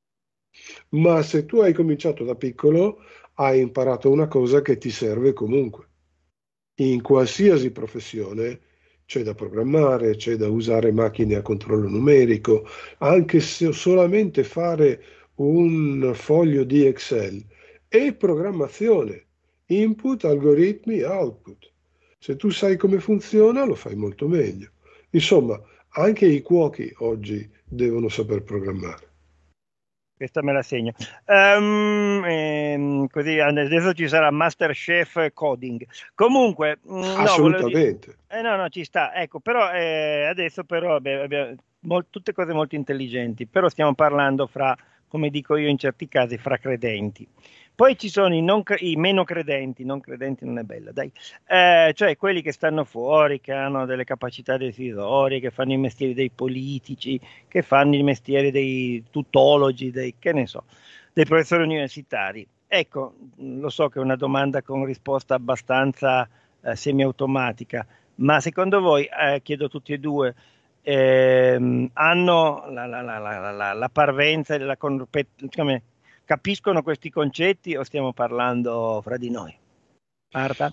Ma se tu hai cominciato da piccolo, hai imparato una cosa che ti serve comunque. In qualsiasi professione c'è da programmare, c'è da usare macchine a controllo numerico, anche se solamente fare un foglio di Excel è programmazione, input, algoritmi, output. Se tu sai come funziona, lo fai molto meglio. Insomma, anche i cuochi oggi devono saper programmare. Questa me la segno. Ehm, ehm, così adesso ci sarà Masterchef Coding. Comunque, mm, no, volevo dire. Assolutamente. Eh, no, no, ci sta. Ecco, però eh, adesso però abbiamo, abbiamo mol- tutte cose molto intelligenti, però stiamo parlando fra, come dico io in certi casi, fra credenti. Poi ci sono i, non cre- i meno credenti, non credenti non è bella, dai. Eh, cioè quelli che stanno fuori, che hanno delle capacità decisorie, che fanno i mestieri dei politici, che fanno il mestiere dei tutologi, dei, che ne so, dei professori universitari. Ecco, mh, lo so che è una domanda con risposta abbastanza eh, semiautomatica, ma secondo voi, eh, chiedo a tutti e due, ehm, hanno la, la, la, la, la, la parvenza e la competenza, capiscono questi concetti o stiamo parlando fra di noi? Marta?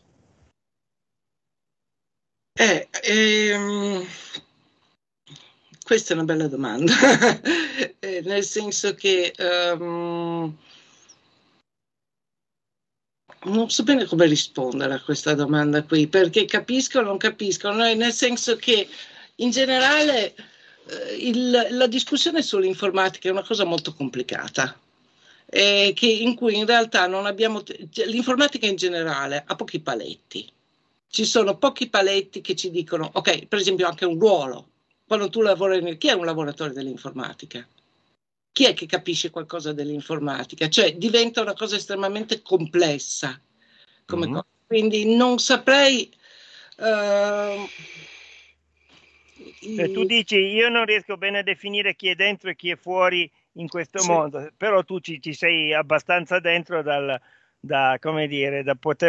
Eh, ehm, questa è una bella domanda, eh, nel senso che ehm, non so bene come rispondere a questa domanda qui, perché capisco o non capisco, no? Nel senso che in generale eh, il- la discussione sull'informatica è una cosa molto complicata, eh, che- in cui in realtà non abbiamo, cioè, l'informatica in generale ha pochi paletti. Ci sono pochi paletti che ci dicono, ok, per esempio anche un ruolo. Quando tu lavori, nel- chi è un lavoratore dell'informatica? chi è che capisce qualcosa dell'informatica? Cioè diventa una cosa estremamente complessa come Mm. cosa. Quindi non saprei... Uh, Cioè, tu dici, io non riesco bene a definire chi è dentro e chi è fuori in questo sì. mondo, però tu ci, ci sei abbastanza dentro dal, da, come dire, da poter...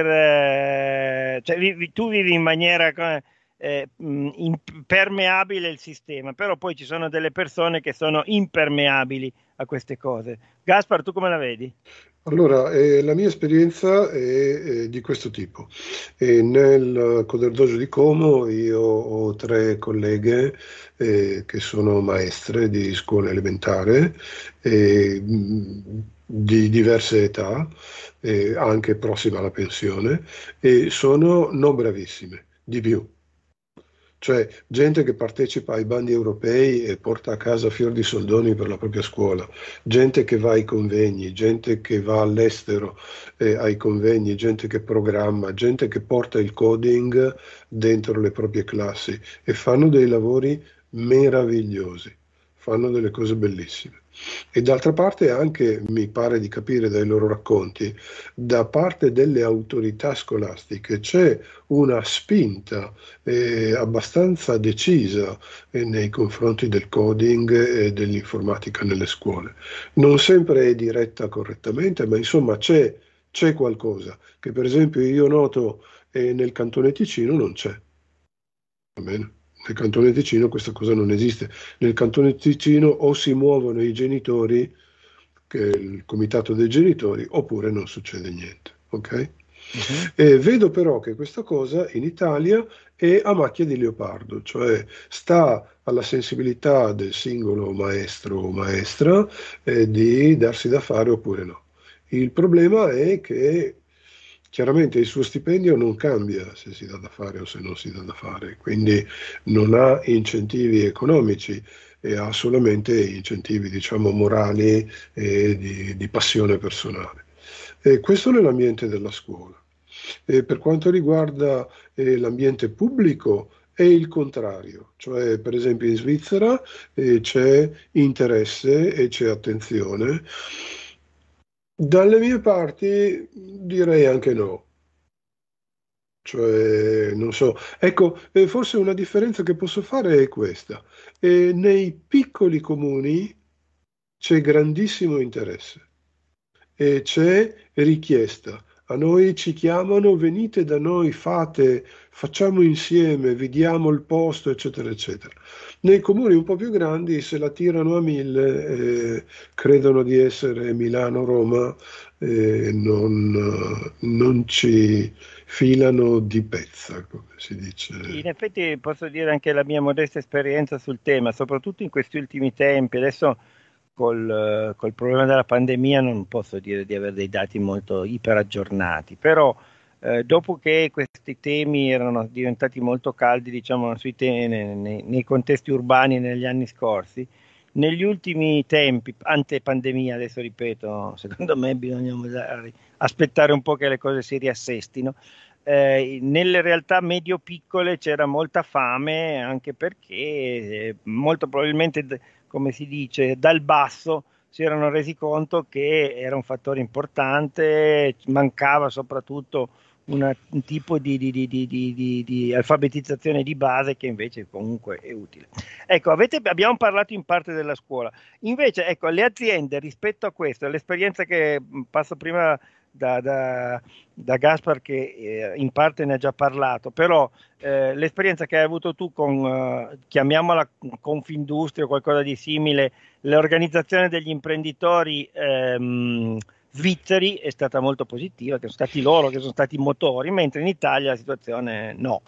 eh, cioè, vivi- tu vivi in maniera come, eh, mh, impermeabile il sistema, però poi ci sono delle persone che sono impermeabili a queste cose. Gaspar, tu come la vedi? Allora, eh, la mia esperienza è, eh, di questo tipo. E nel Coder Dojo di Como io ho tre colleghe eh, che sono maestre di scuola elementare eh, mh, di diverse età, eh, anche prossime alla pensione, e sono non bravissime, di più. Cioè, gente che partecipa ai bandi europei e porta a casa fior di soldoni per la propria scuola, gente che va ai convegni, gente che va all'estero eh, ai convegni, gente che programma, gente che porta il coding dentro le proprie classi e fanno dei lavori meravigliosi, fanno delle cose bellissime. E d'altra parte anche, mi pare di capire dai loro racconti, da parte delle autorità scolastiche c'è una spinta eh, abbastanza decisa eh, nei confronti del coding e dell'informatica nelle scuole. Non sempre è diretta correttamente, ma insomma c'è, c'è qualcosa che per esempio io noto eh, nel Cantone Ticino non c'è. Va bene? Nel Cantone Ticino questa cosa non esiste. Nel Cantone Ticino o si muovono i genitori, che è il comitato dei genitori, oppure non succede niente. Ok? Mhm. E vedo però che questa cosa in Italia è a macchia di leopardo, cioè sta alla sensibilità del singolo maestro o maestra eh, di darsi da fare oppure no. Il problema è che chiaramente il suo stipendio non cambia se si dà da fare o se non si dà da fare, quindi non ha incentivi economici e ha solamente incentivi, diciamo, morali e di, di passione personale. E questo nell'ambiente della scuola. E per quanto riguarda eh, l'ambiente pubblico è il contrario, cioè per esempio in Svizzera eh, c'è interesse e c'è attenzione. Dalle mie parti direi anche no. Cioè, non so, ecco, eh, forse una differenza che posso fare è questa. Eh, nei piccoli comuni c'è grandissimo interesse e c'è richiesta. A noi ci chiamano, venite da noi, fate, facciamo insieme, vediamo il posto, eccetera, eccetera. Nei comuni un po' più grandi se la tirano a mille, eh, credono di essere Milano, Roma, eh, non, non ci filano di pezza, come si dice. Sì, in effetti posso dire anche la mia modesta esperienza sul tema, soprattutto in questi ultimi tempi. Adesso col, eh, col problema della pandemia non posso dire di avere dei dati molto iperaggiornati, però eh, dopo che questi temi erano diventati molto caldi, diciamo, sui temi, nei, nei- nei contesti urbani negli anni scorsi, negli ultimi tempi, ante pandemia, adesso ripeto, secondo me bisogna magari aspettare un po' che le cose si riassestino. Eh, nelle realtà medio-piccole c'era molta fame, anche perché eh, molto probabilmente, d- come si dice, dal basso si erano resi conto che era un fattore importante, mancava soprattutto una- un tipo di, di- di- di- di- di- di alfabetizzazione di base che invece comunque è utile. Ecco, avete- abbiamo parlato in parte della scuola, invece ecco, le aziende rispetto a questo, l'esperienza che mh, passo prima da, da- da Gaspar che eh, in parte ne ha già parlato, però eh, l'esperienza che hai avuto tu con, eh, chiamiamola Confindustria o qualcosa di simile, l'organizzazione degli imprenditori ehm, svizzeri è stata molto positiva, che sono stati loro che sono stati i motori, mentre in Italia la situazione no.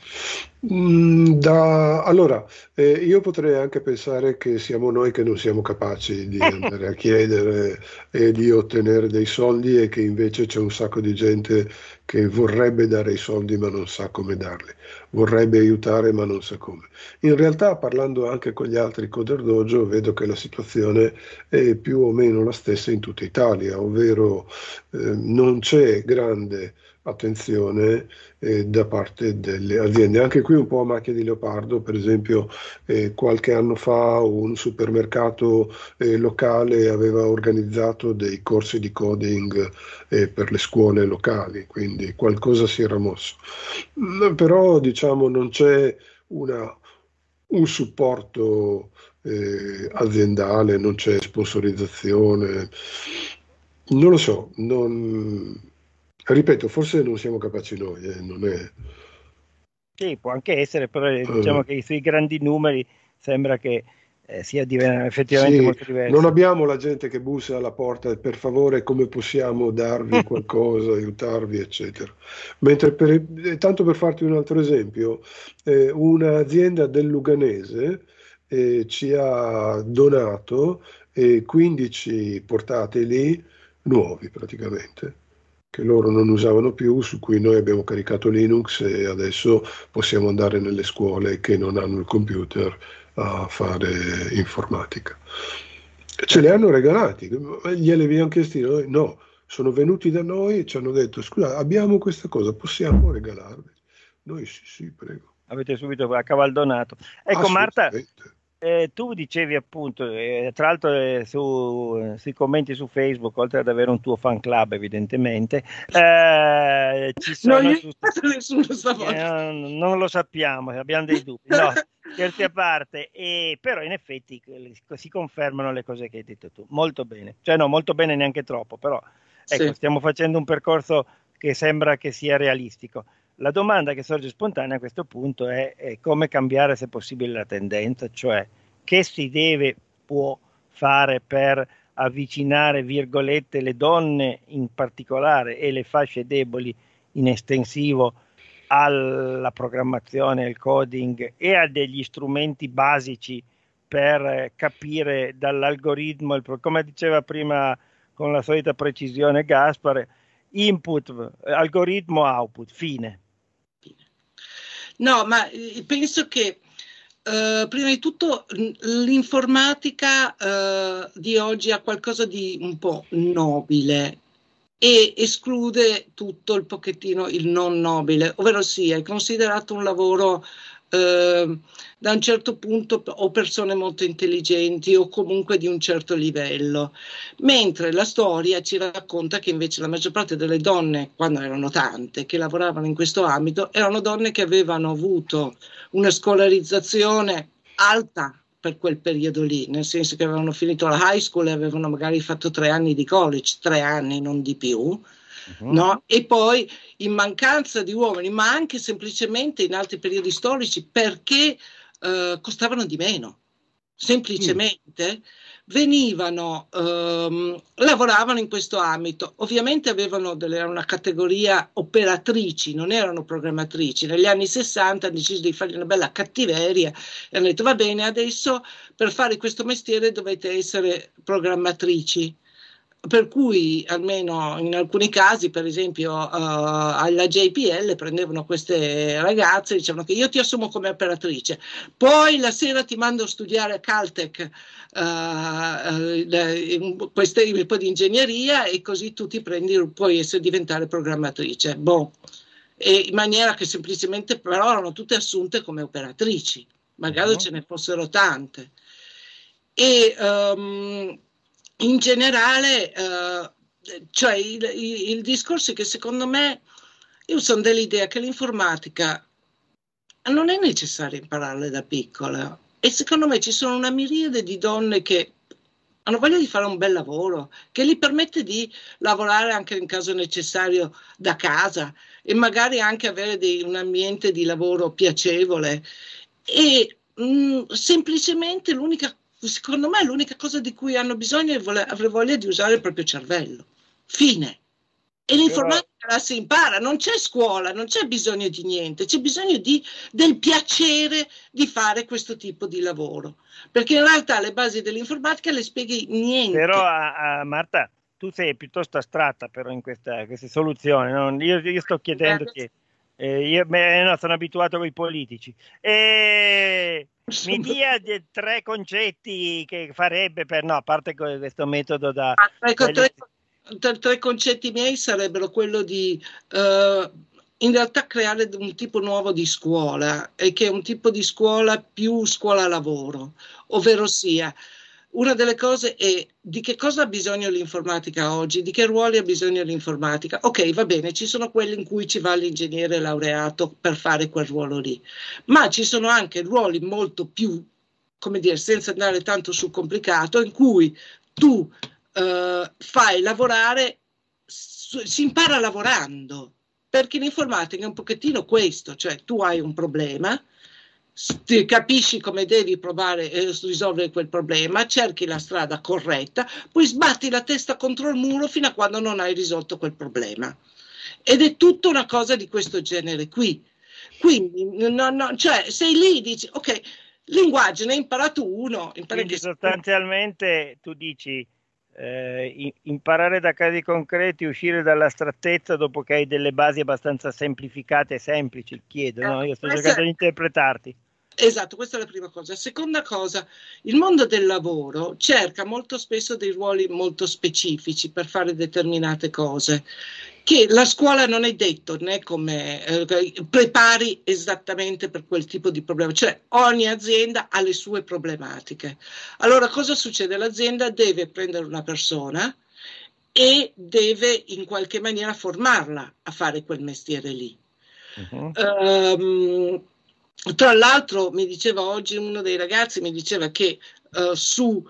Mm, da- allora, eh, io potrei anche pensare che siamo noi che non siamo capaci di andare a chiedere e di ottenere dei soldi e che invece c'è un sacco di gente che vorrebbe dare i soldi ma non sa come darli, vorrebbe aiutare ma non sa come. In realtà, parlando anche con gli altri Coder Dojo, vedo che la situazione è più o meno la stessa in tutta Italia, ovvero però eh, non c'è grande attenzione eh, da parte delle aziende. Anche qui un po' a macchia di leopardo. Per esempio eh, qualche anno fa un supermercato eh, locale aveva organizzato dei corsi di coding eh, per le scuole locali, quindi qualcosa si era mosso. Mm, però diciamo non c'è una, un supporto eh, aziendale, non c'è sponsorizzazione, non lo so, non... ripeto, forse non siamo capaci noi, eh, non è... Sì, può anche essere, però eh, diciamo eh, che sui grandi numeri sembra che eh, sia diven- effettivamente sì, molto non diverso. abbiamo la gente che bussa alla porta e per favore come possiamo darvi qualcosa, aiutarvi, eccetera. Mentre per, eh, tanto per farti un altro esempio, eh, un'azienda del Luganese eh, ci ha donato eh, quindici portatili nuovi praticamente, che loro non usavano più, su cui noi abbiamo caricato Linux e adesso possiamo andare nelle scuole che non hanno il computer a fare informatica. Ce li hanno regalati, glieli abbiamo chiesti noi? No, sono venuti da noi e ci hanno detto: scusa, abbiamo questa cosa, possiamo regalarvi? Noi sì, sì, prego. Avete subito accavaldonato. Ecco Marta, Assolutamente. eh, tu dicevi appunto, eh, tra l'altro eh, su, sui commenti su Facebook, oltre ad avere un tuo fan club evidentemente, eh, ci Non sono gli ho tutti... dato nessuno Eh, stavolta. non lo sappiamo, abbiamo dei dubbi. No, scherzi a parte, e, però in effetti eh, si confermano le cose che hai detto tu. Molto bene, cioè no, molto bene neanche troppo, però ecco, Sì. stiamo facendo un percorso che sembra che sia realistico. La domanda che sorge spontanea a questo punto è, è come cambiare se possibile la tendenza, cioè che si deve, può fare per avvicinare, virgolette, le donne in particolare e le fasce deboli in estensivo alla programmazione, al coding e a degli strumenti basici per capire dall'algoritmo, il pro- come diceva prima con la solita precisione Gaspare, input, algoritmo, output, fine. No, ma eh, penso che eh, prima di tutto l- l'informatica eh, di oggi ha qualcosa di un po' nobile e esclude tutto il pochettino il non nobile, ovvero sia è considerato un lavoro eh, da un certo punto o persone molto intelligenti o comunque di un certo livello, mentre la storia ci racconta che invece la maggior parte delle donne, quando erano tante, che lavoravano in questo ambito, erano donne che avevano avuto una scolarizzazione alta per quel periodo lì, nel senso che avevano finito la high school e avevano magari fatto tre anni di college, tre anni, non di più, uh-huh. No? E poi in mancanza di uomini, ma anche semplicemente in altri periodi storici, perché eh, costavano di meno, semplicemente mm. venivano, ehm, lavoravano in questo ambito, ovviamente avevano delle, una categoria operatrici, non erano programmatrici. Negli anni sessanta hanno deciso di fargli una bella cattiveria e hanno detto: va bene, adesso per fare questo mestiere dovete essere programmatrici. Per cui almeno in alcuni casi, per esempio uh, alla J P L prendevano queste ragazze e dicevano che io ti assumo come operatrice, poi la sera ti mando a studiare a Caltech uh, uh, queste un po' di ingegneria e così tu ti prendi, puoi essere diventare programmatrice. Boh. E in maniera che semplicemente però erano tutte assunte come operatrici, magari uh-huh. ce ne fossero tante. E um, in generale, eh, cioè il, il, il discorso è che secondo me, io sono dell'idea che l'informatica non è necessario impararla da piccola e secondo me ci sono una miriade di donne che hanno voglia di fare un bel lavoro, che gli permette di lavorare anche in caso necessario da casa e magari anche avere dei, un ambiente di lavoro piacevole e mh, semplicemente l'unica secondo me l'unica cosa di cui hanno bisogno è vole- avere voglia di usare il proprio cervello. Fine. E l'informatica Però... la si impara, non c'è scuola, non c'è bisogno di niente, c'è bisogno di, del piacere di fare questo tipo di lavoro. Perché in realtà le basi dell'informatica le spieghi niente. Però a, a Marta, tu sei piuttosto astratta però in questa, queste soluzioni. No? Io, io sto chiedendoti, eh, io beh, no, sono abituato con i politici. E... Mi dia de, tre concetti che farebbe per, no, a parte questo metodo da... Ah, ecco, tre, tra, tra i concetti miei sarebbero quello di uh, in realtà creare un tipo nuovo di scuola, e che è un tipo di scuola più scuola-lavoro, ovvero sia, una delle cose è di che cosa ha bisogno l'informatica oggi, di che ruoli ha bisogno l'informatica. Ok, va bene, ci sono quelli in cui ci va l'ingegnere laureato per fare quel ruolo lì, ma ci sono anche ruoli molto più, come dire, senza andare tanto sul complicato, in cui tu uh, fai lavorare, si impara lavorando, perché l'informatica è un pochettino questo, cioè tu hai un problema, ti capisci come devi provare a risolvere quel problema, cerchi la strada corretta, poi sbatti la testa contro il muro fino a quando non hai risolto quel problema. Ed è tutta una cosa di questo genere qui. Quindi, no, no, cioè, sei lì, dici, ok, linguaggio ne hai imparato uno. Quindi sostanzialmente tu dici eh, imparare da casi concreti, uscire dall'astrattezza dopo che hai delle basi abbastanza semplificate e semplici, chiedo, no? Io sto cercando di interpretarti. Esatto, questa è la prima cosa. Seconda cosa, il mondo del lavoro cerca molto spesso dei ruoli molto specifici per fare determinate cose, che la scuola non è detto né come eh, prepari esattamente per quel tipo di problema, cioè ogni azienda ha le sue problematiche. Allora cosa succede? L'azienda deve prendere una persona e deve in qualche maniera formarla a fare quel mestiere lì. Uh-huh. Um, Tra l'altro mi diceva oggi uno dei ragazzi, mi diceva che uh, su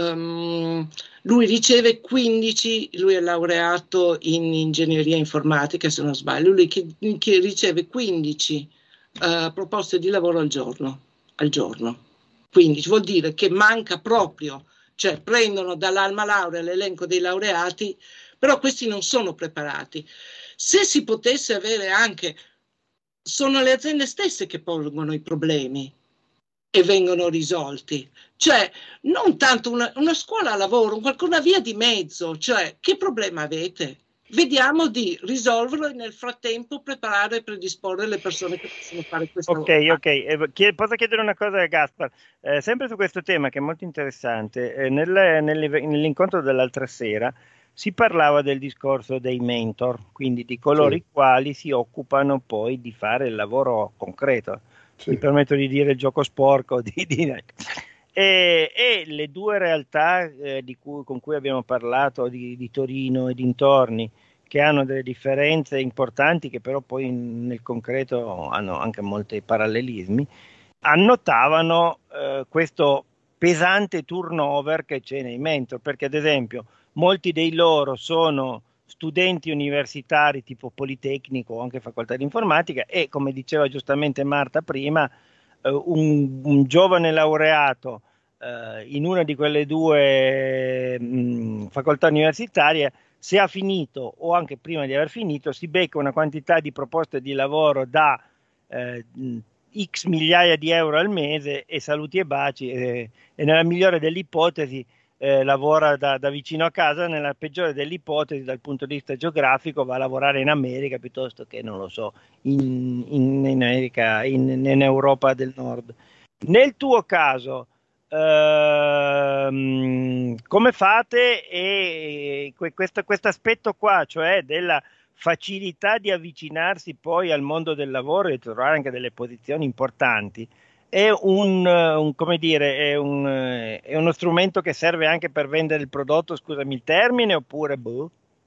um, lui riceve quindici, lui è laureato in ingegneria informatica se non sbaglio, lui che, che riceve quindici uh, proposte di lavoro al giorno, al giorno. quindici vuol dire che manca proprio, cioè prendono dall'alma laurea l'elenco dei laureati, però questi non sono preparati. Se si potesse avere anche, sono le aziende stesse che pongono i problemi e vengono risolti, cioè non tanto una, una scuola lavoro, una via di mezzo, cioè che problema avete? Vediamo di risolverlo e nel frattempo preparare e predisporre le persone che possono fare questo. Ok, ok. Eh, posso chiedere una cosa a Gaspar? Eh, sempre su questo tema che è molto interessante, eh, nel, nel, nell'incontro dell'altra sera si parlava del discorso dei mentor, quindi di coloro sì. i quali si occupano poi di fare il lavoro concreto. Sì. Mi permetto di dire il gioco sporco. Di, di... E, e le due realtà eh, di cui, con cui abbiamo parlato, di, di Torino e dintorni, che hanno delle differenze importanti, che però poi nel concreto hanno anche molti parallelismi, annotavano eh, questo pesante turnover che c'è nei mentor, perché ad esempio molti dei loro sono studenti universitari tipo Politecnico o anche facoltà di informatica e, come diceva giustamente Marta prima, eh, un, un giovane laureato eh, in una di quelle due mh, facoltà universitarie, se ha finito o anche prima di aver finito, si becca una quantità di proposte di lavoro da eh, x migliaia di euro al mese e saluti e baci e, e nella migliore delle ipotesi Eh, lavora da, da vicino a casa, nella peggiore delle ipotesi dal punto di vista geografico va a lavorare in America piuttosto che, non lo so, in, in, in America, in, in Europa del Nord. Nel tuo caso, ehm, come fate? E questo aspetto qua, cioè della facilità di avvicinarsi poi al mondo del lavoro e trovare anche delle posizioni importanti, è un, un come dire, è, un, è uno strumento che serve anche per vendere il prodotto, scusami il termine, oppure boh?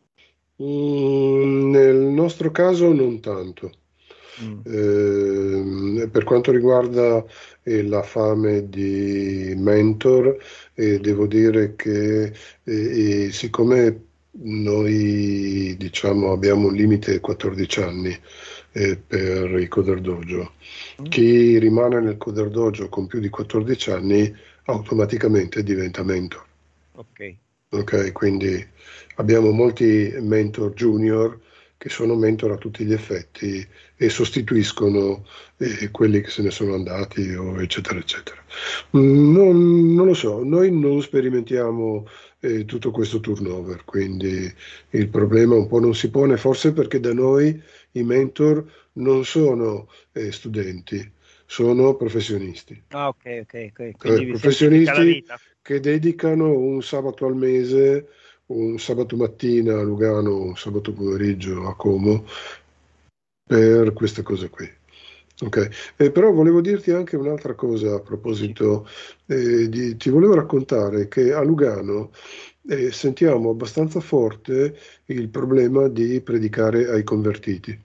Mm, nel nostro caso non tanto. Mm. Eh, per quanto riguarda eh, la fame di mentor, eh, devo dire che eh, siccome noi diciamo abbiamo un limite quattordici anni eh, per i Coder Dojo, mm. chi rimane nel Coder Dojo con più di quattordici anni automaticamente diventa mentor. Ok. Ok, quindi abbiamo molti mentor junior che sono mentor a tutti gli effetti e sostituiscono eh, quelli che se ne sono andati o eccetera eccetera. Non, non lo so, noi non sperimentiamo eh, tutto questo turnover, quindi il problema un po' non si pone, forse perché da noi i mentor non sono eh, studenti, sono professionisti. Ah, ok, ok, ok. Quindi eh, professionisti che dedicano un sabato al mese un sabato mattina a Lugano, un sabato pomeriggio a Como per queste cose qui. Ok, eh, però volevo dirti anche un'altra cosa a proposito, eh, di- ti volevo raccontare che a Lugano eh, sentiamo abbastanza forte il problema di predicare ai convertiti.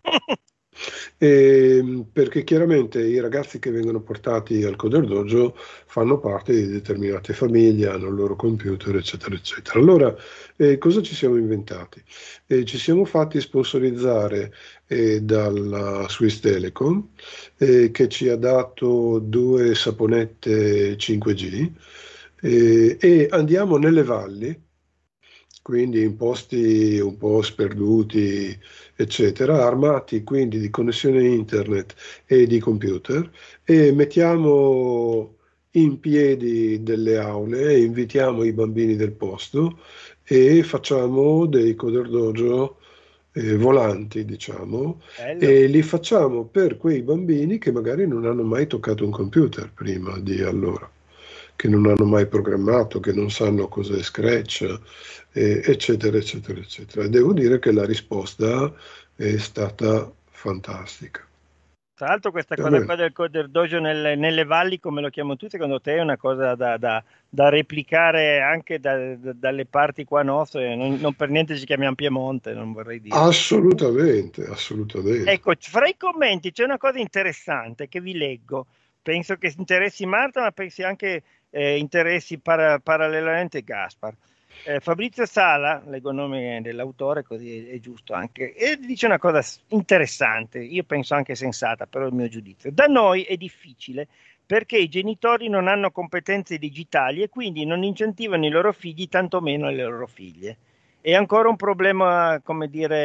E, perché chiaramente i ragazzi che vengono portati al Coder Dojo fanno parte di determinate famiglie, hanno il loro computer, eccetera, eccetera. Allora, eh, cosa ci siamo inventati? Eh, ci siamo fatti sponsorizzare eh, dalla Swiss Telecom, eh, che ci ha dato due saponette cinque G, eh, e andiamo nelle valli, quindi in posti un po' sperduti, eccetera, armati quindi di connessione internet e di computer, e mettiamo in piedi delle aule, invitiamo i bambini del posto e facciamo dei Coder Dojo eh, volanti, diciamo, Bello. e li facciamo per quei bambini che magari non hanno mai toccato un computer prima di allora, che non hanno mai programmato, che non sanno cos'è Scratch, eh, eccetera, eccetera, eccetera. E devo dire che la risposta è stata fantastica. Tra l'altro questa Va cosa bene. qua del Coder Dojo nelle, nelle valli, come lo chiamo tu, secondo te è una cosa da, da- da replicare anche da- da- dalle parti qua nostre? Non, non per niente ci chiamiamo Piemonte, non vorrei dire. Assolutamente, assolutamente. Ecco, fra i commenti c'è una cosa interessante che vi leggo. Penso che interessi Marta, ma pensi anche eh, interessi para- parallelamente Gaspar. Eh, Fabrizio Sala, leggo il nome dell'autore, così è, è giusto anche, e dice una cosa s- interessante, io penso anche sensata, però è il mio giudizio. Da noi è difficile perché i genitori non hanno competenze digitali e quindi non incentivano i loro figli, tantomeno le loro figlie. È ancora un problema, come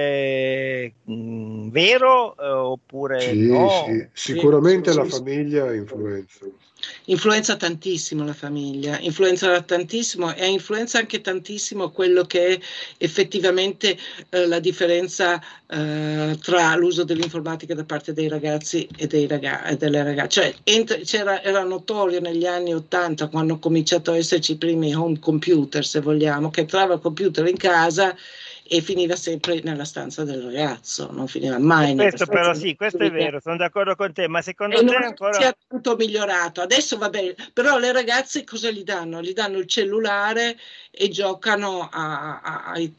dire, mh, vero, eh, oppure Sì, no? sì, Sì, sicuramente la sì, sì. famiglia influenza. Influenza tantissimo la famiglia, influenza tantissimo e influenza anche tantissimo quello che è effettivamente eh, la differenza eh, tra l'uso dell'informatica da parte dei ragazzi e, dei raga- e delle ragazze. Cioè, ent- c'era, era notorio negli anni Ottanta, quando hanno cominciato a esserci i primi home computer, se vogliamo, che entrava il computer in casa e finiva sempre nella stanza del ragazzo, non finiva E mai nella questo stanza però della sì, questo è figlia. vero, sono d'accordo con te, ma E secondo te non è che ancora... sia tanto migliorato. Adesso va bene, però le ragazze cosa gli danno? Gli danno il cellulare e giocano a- a- ai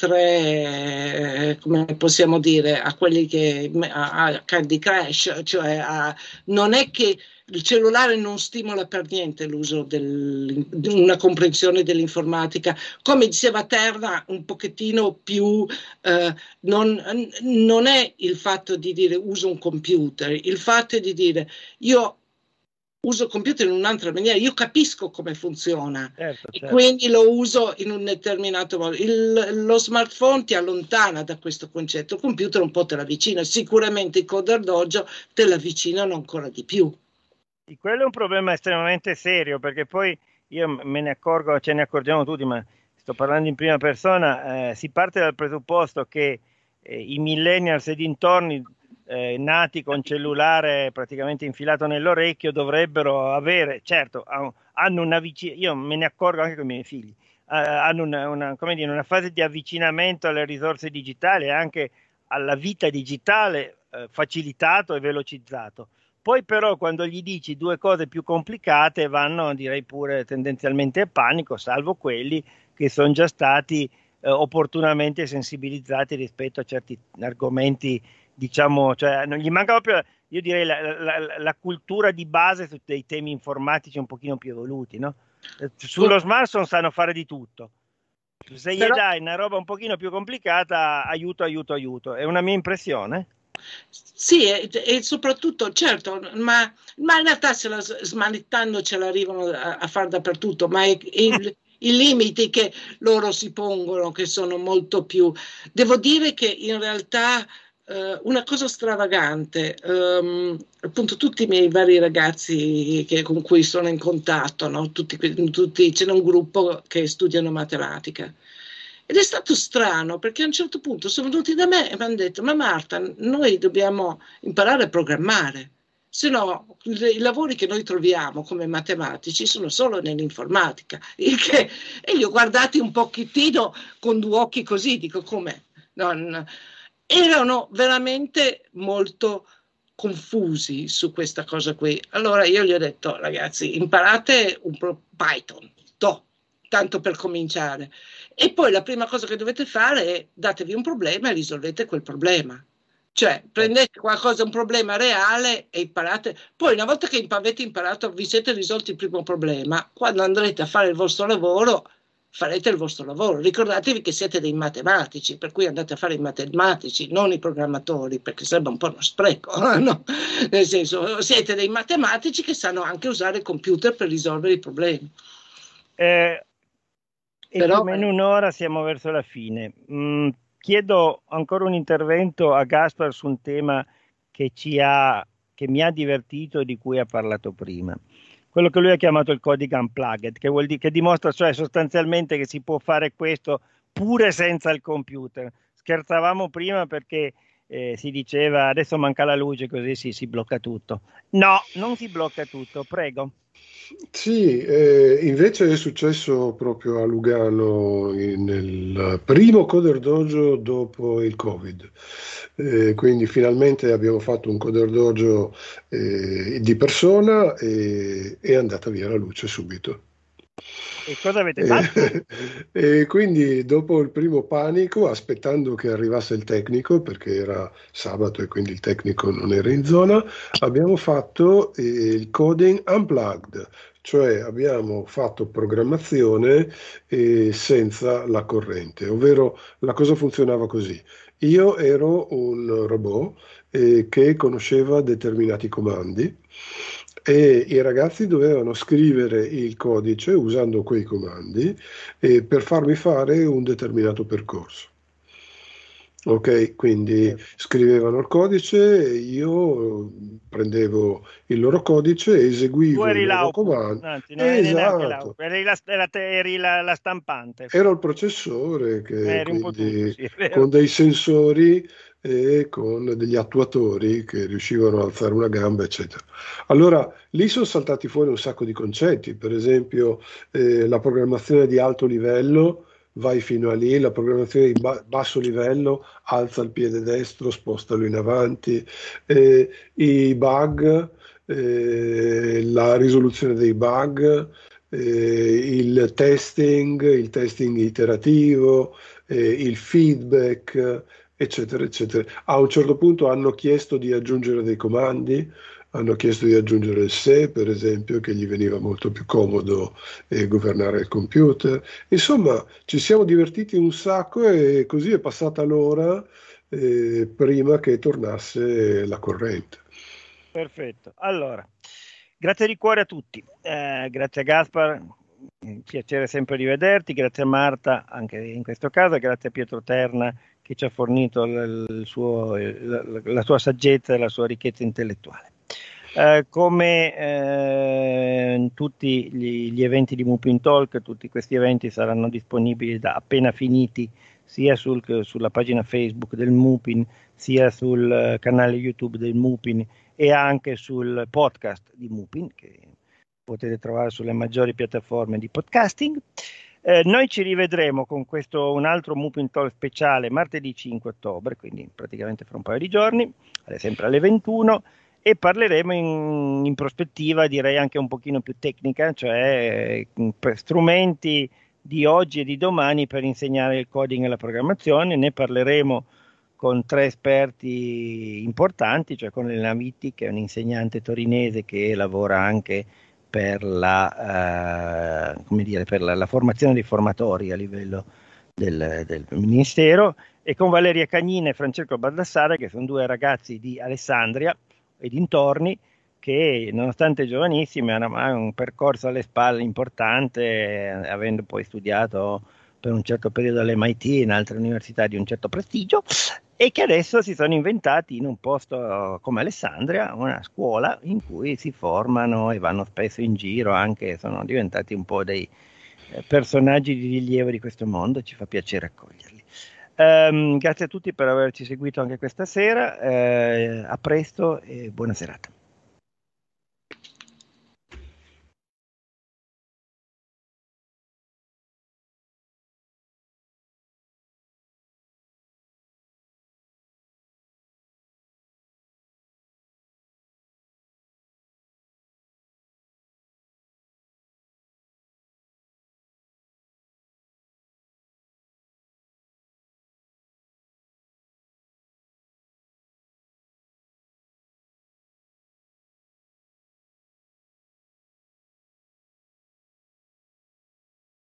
tre, eh, come possiamo dire, a quelli che a, a Candy Crush, cioè a- non è che il cellulare non stimola per niente l'uso del- di una comprensione dell'informatica, come diceva Terna, un pochettino più eh, non, non è il fatto di dire uso un computer, il fatto è di dire io uso il computer in un'altra maniera, io capisco come funziona Certo, e certo. quindi lo uso in un determinato modo. Il- lo smartphone ti allontana da questo concetto, il computer un po' te l'avvicina, sicuramente i Coder Dojo te l'avvicinano ancora di più. Sì, quello è un problema estremamente serio perché poi io me ne accorgo, ce ne accorgiamo tutti, ma sto parlando in prima persona, eh, si parte dal presupposto che eh, i millennials e dintorni eh, nati con cellulare praticamente infilato nell'orecchio dovrebbero avere, certo, ha- hanno una vicina, io me ne accorgo anche con i miei figli, eh, hanno una, una, come dire, una fase di avvicinamento alle risorse digitali e anche alla vita digitale eh, facilitato e velocizzato. Poi però quando gli dici due cose più complicate vanno, direi pure tendenzialmente a panico, salvo quelli che sono già stati eh, opportunamente sensibilizzati rispetto a certi argomenti, diciamo, cioè non gli manca proprio, io direi, la, la- la cultura di base su dei temi informatici un pochino più evoluti, no? Eh, Sullo smartphone sanno fare di tutto. Se gli Però dai una roba un pochino più complicata, aiuto, aiuto, aiuto. È una mia impressione? sì, e, e soprattutto, certo, ma, ma in realtà se la s- smanettando ce l'arrivano a, a far dappertutto, ma è, è il- i limiti che loro si pongono che sono molto più. Devo dire che in realtà eh, una cosa stravagante, ehm, appunto tutti i miei vari ragazzi che- con cui sono in contatto, no? Tutti, que- tutti- c'è un gruppo che studiano matematica. Ed è stato strano perché a un certo punto sono venuti da me e mi hanno detto: Ma Marta, noi dobbiamo imparare a programmare. se no i lavori che noi troviamo come matematici sono solo nell'informatica, il che, e li ho guardati un pochettino con due occhi così, dico come, non, erano veramente molto confusi su questa cosa qui. Allora io gli ho detto, ragazzi, imparate un po' Python, to, tanto per cominciare, e poi la prima cosa che dovete fare è datevi un problema e risolvete quel problema. Cioè, prendete qualcosa, un problema reale e imparate. Poi, una volta che avete imparato, vi siete risolti il primo problema, quando andrete a fare il vostro lavoro, farete il vostro lavoro. Ricordatevi che siete dei matematici, per cui andate a fare i matematici, non i programmatori, perché sembra un po' uno spreco, no? Nel senso, siete dei matematici che sanno anche usare il computer per risolvere i problemi. Eh, e Però, più o meno un'ora, siamo verso la fine. Mm. Chiedo ancora un intervento a Gaspar su un tema che, ci ha, che mi ha divertito e di cui ha parlato prima. Quello che lui ha chiamato il coding unplugged, che vuol dire che dimostra cioè sostanzialmente che si può fare questo pure senza il computer. Scherzavamo prima perché eh, si diceva adesso manca la luce così si, si blocca tutto. No, non si blocca tutto, prego. Sì, eh, invece è successo proprio a Lugano in- nel primo Coder Dojo dopo il Covid. Eh, quindi finalmente abbiamo fatto un Coder Dojo eh, di persona e è andata via la luce subito. E cosa avete E, fatto? e quindi dopo il primo panico, aspettando che arrivasse il tecnico, perché era sabato e quindi il tecnico non era in zona, abbiamo fatto eh, il coding unplugged, cioè abbiamo fatto programmazione eh, senza la corrente, ovvero la cosa funzionava così. Io ero un robot eh, che conosceva determinati comandi e i ragazzi dovevano scrivere il codice usando quei comandi eh, per farmi fare un determinato percorso. Ok, quindi scrivevano il codice, e io prendevo il loro codice e Tu eseguivo il eri loro l'output, comando. anzi, non eri neanche Esatto, l'output, eri la, era- eri la, la stampante. era il processore che Eri un po' tutto, quindi sì, è vero. con dei sensori e con degli attuatori che riuscivano a alzare una gamba, eccetera. Allora, lì sono saltati fuori un sacco di concetti, per esempio eh, la programmazione di alto livello, vai fino a lì, la programmazione di ba- basso livello, alza il piede destro, spostalo in avanti, eh, i bug, eh, la risoluzione dei bug, eh, il testing, il testing iterativo, eh, il feedback, eccetera, eccetera. A un certo punto hanno chiesto di aggiungere dei comandi, hanno chiesto di aggiungere il se, per esempio, che gli veniva molto più comodo eh, governare il computer. Insomma, ci siamo divertiti un sacco e così è passata l'ora eh, prima che tornasse la corrente. Perfetto. Allora, grazie di cuore a tutti. Eh, grazie a Gaspar, un piacere sempre rivederti. Grazie a Marta, anche in questo caso. Grazie a Pietro Terna che ci ha fornito il, il suo, la, la sua saggezza e la sua ricchezza intellettuale. Eh, come eh, in tutti gli, gli eventi di Mupin Talk, tutti questi eventi saranno disponibili da appena finiti sia sul, sulla pagina Facebook del Mupin, sia sul canale YouTube del Mupin e anche sul podcast di Mupin, che potete trovare sulle maggiori piattaforme di podcasting. Eh, noi ci rivedremo con questo un altro Mupin Talk speciale martedì cinque ottobre, quindi praticamente fra un paio di giorni, sempre alle ventuno, e parleremo in, in prospettiva, direi anche un pochino più tecnica, cioè per strumenti di oggi e di domani per insegnare il coding e la programmazione. Ne parleremo con tre esperti importanti, cioè con Elena Vitti, che è un insegnante torinese che lavora anche per la, eh, come dire, per la, la formazione dei formatori a livello del, del Ministero, e con Valeria Cagnina e Francesco Baldassare, che sono due ragazzi di Alessandria e dintorni, che nonostante giovanissimi hanno un percorso alle spalle importante, avendo poi studiato per un certo periodo all'M I T e in altre università di un certo prestigio, e che adesso si sono inventati in un posto come Alessandria una scuola in cui si formano e vanno spesso in giro, anche sono diventati un po' dei eh, personaggi di rilievo di questo mondo. Ci fa piacere accoglierli. Um, grazie a tutti per averci seguito anche questa sera, eh, a presto e buona serata.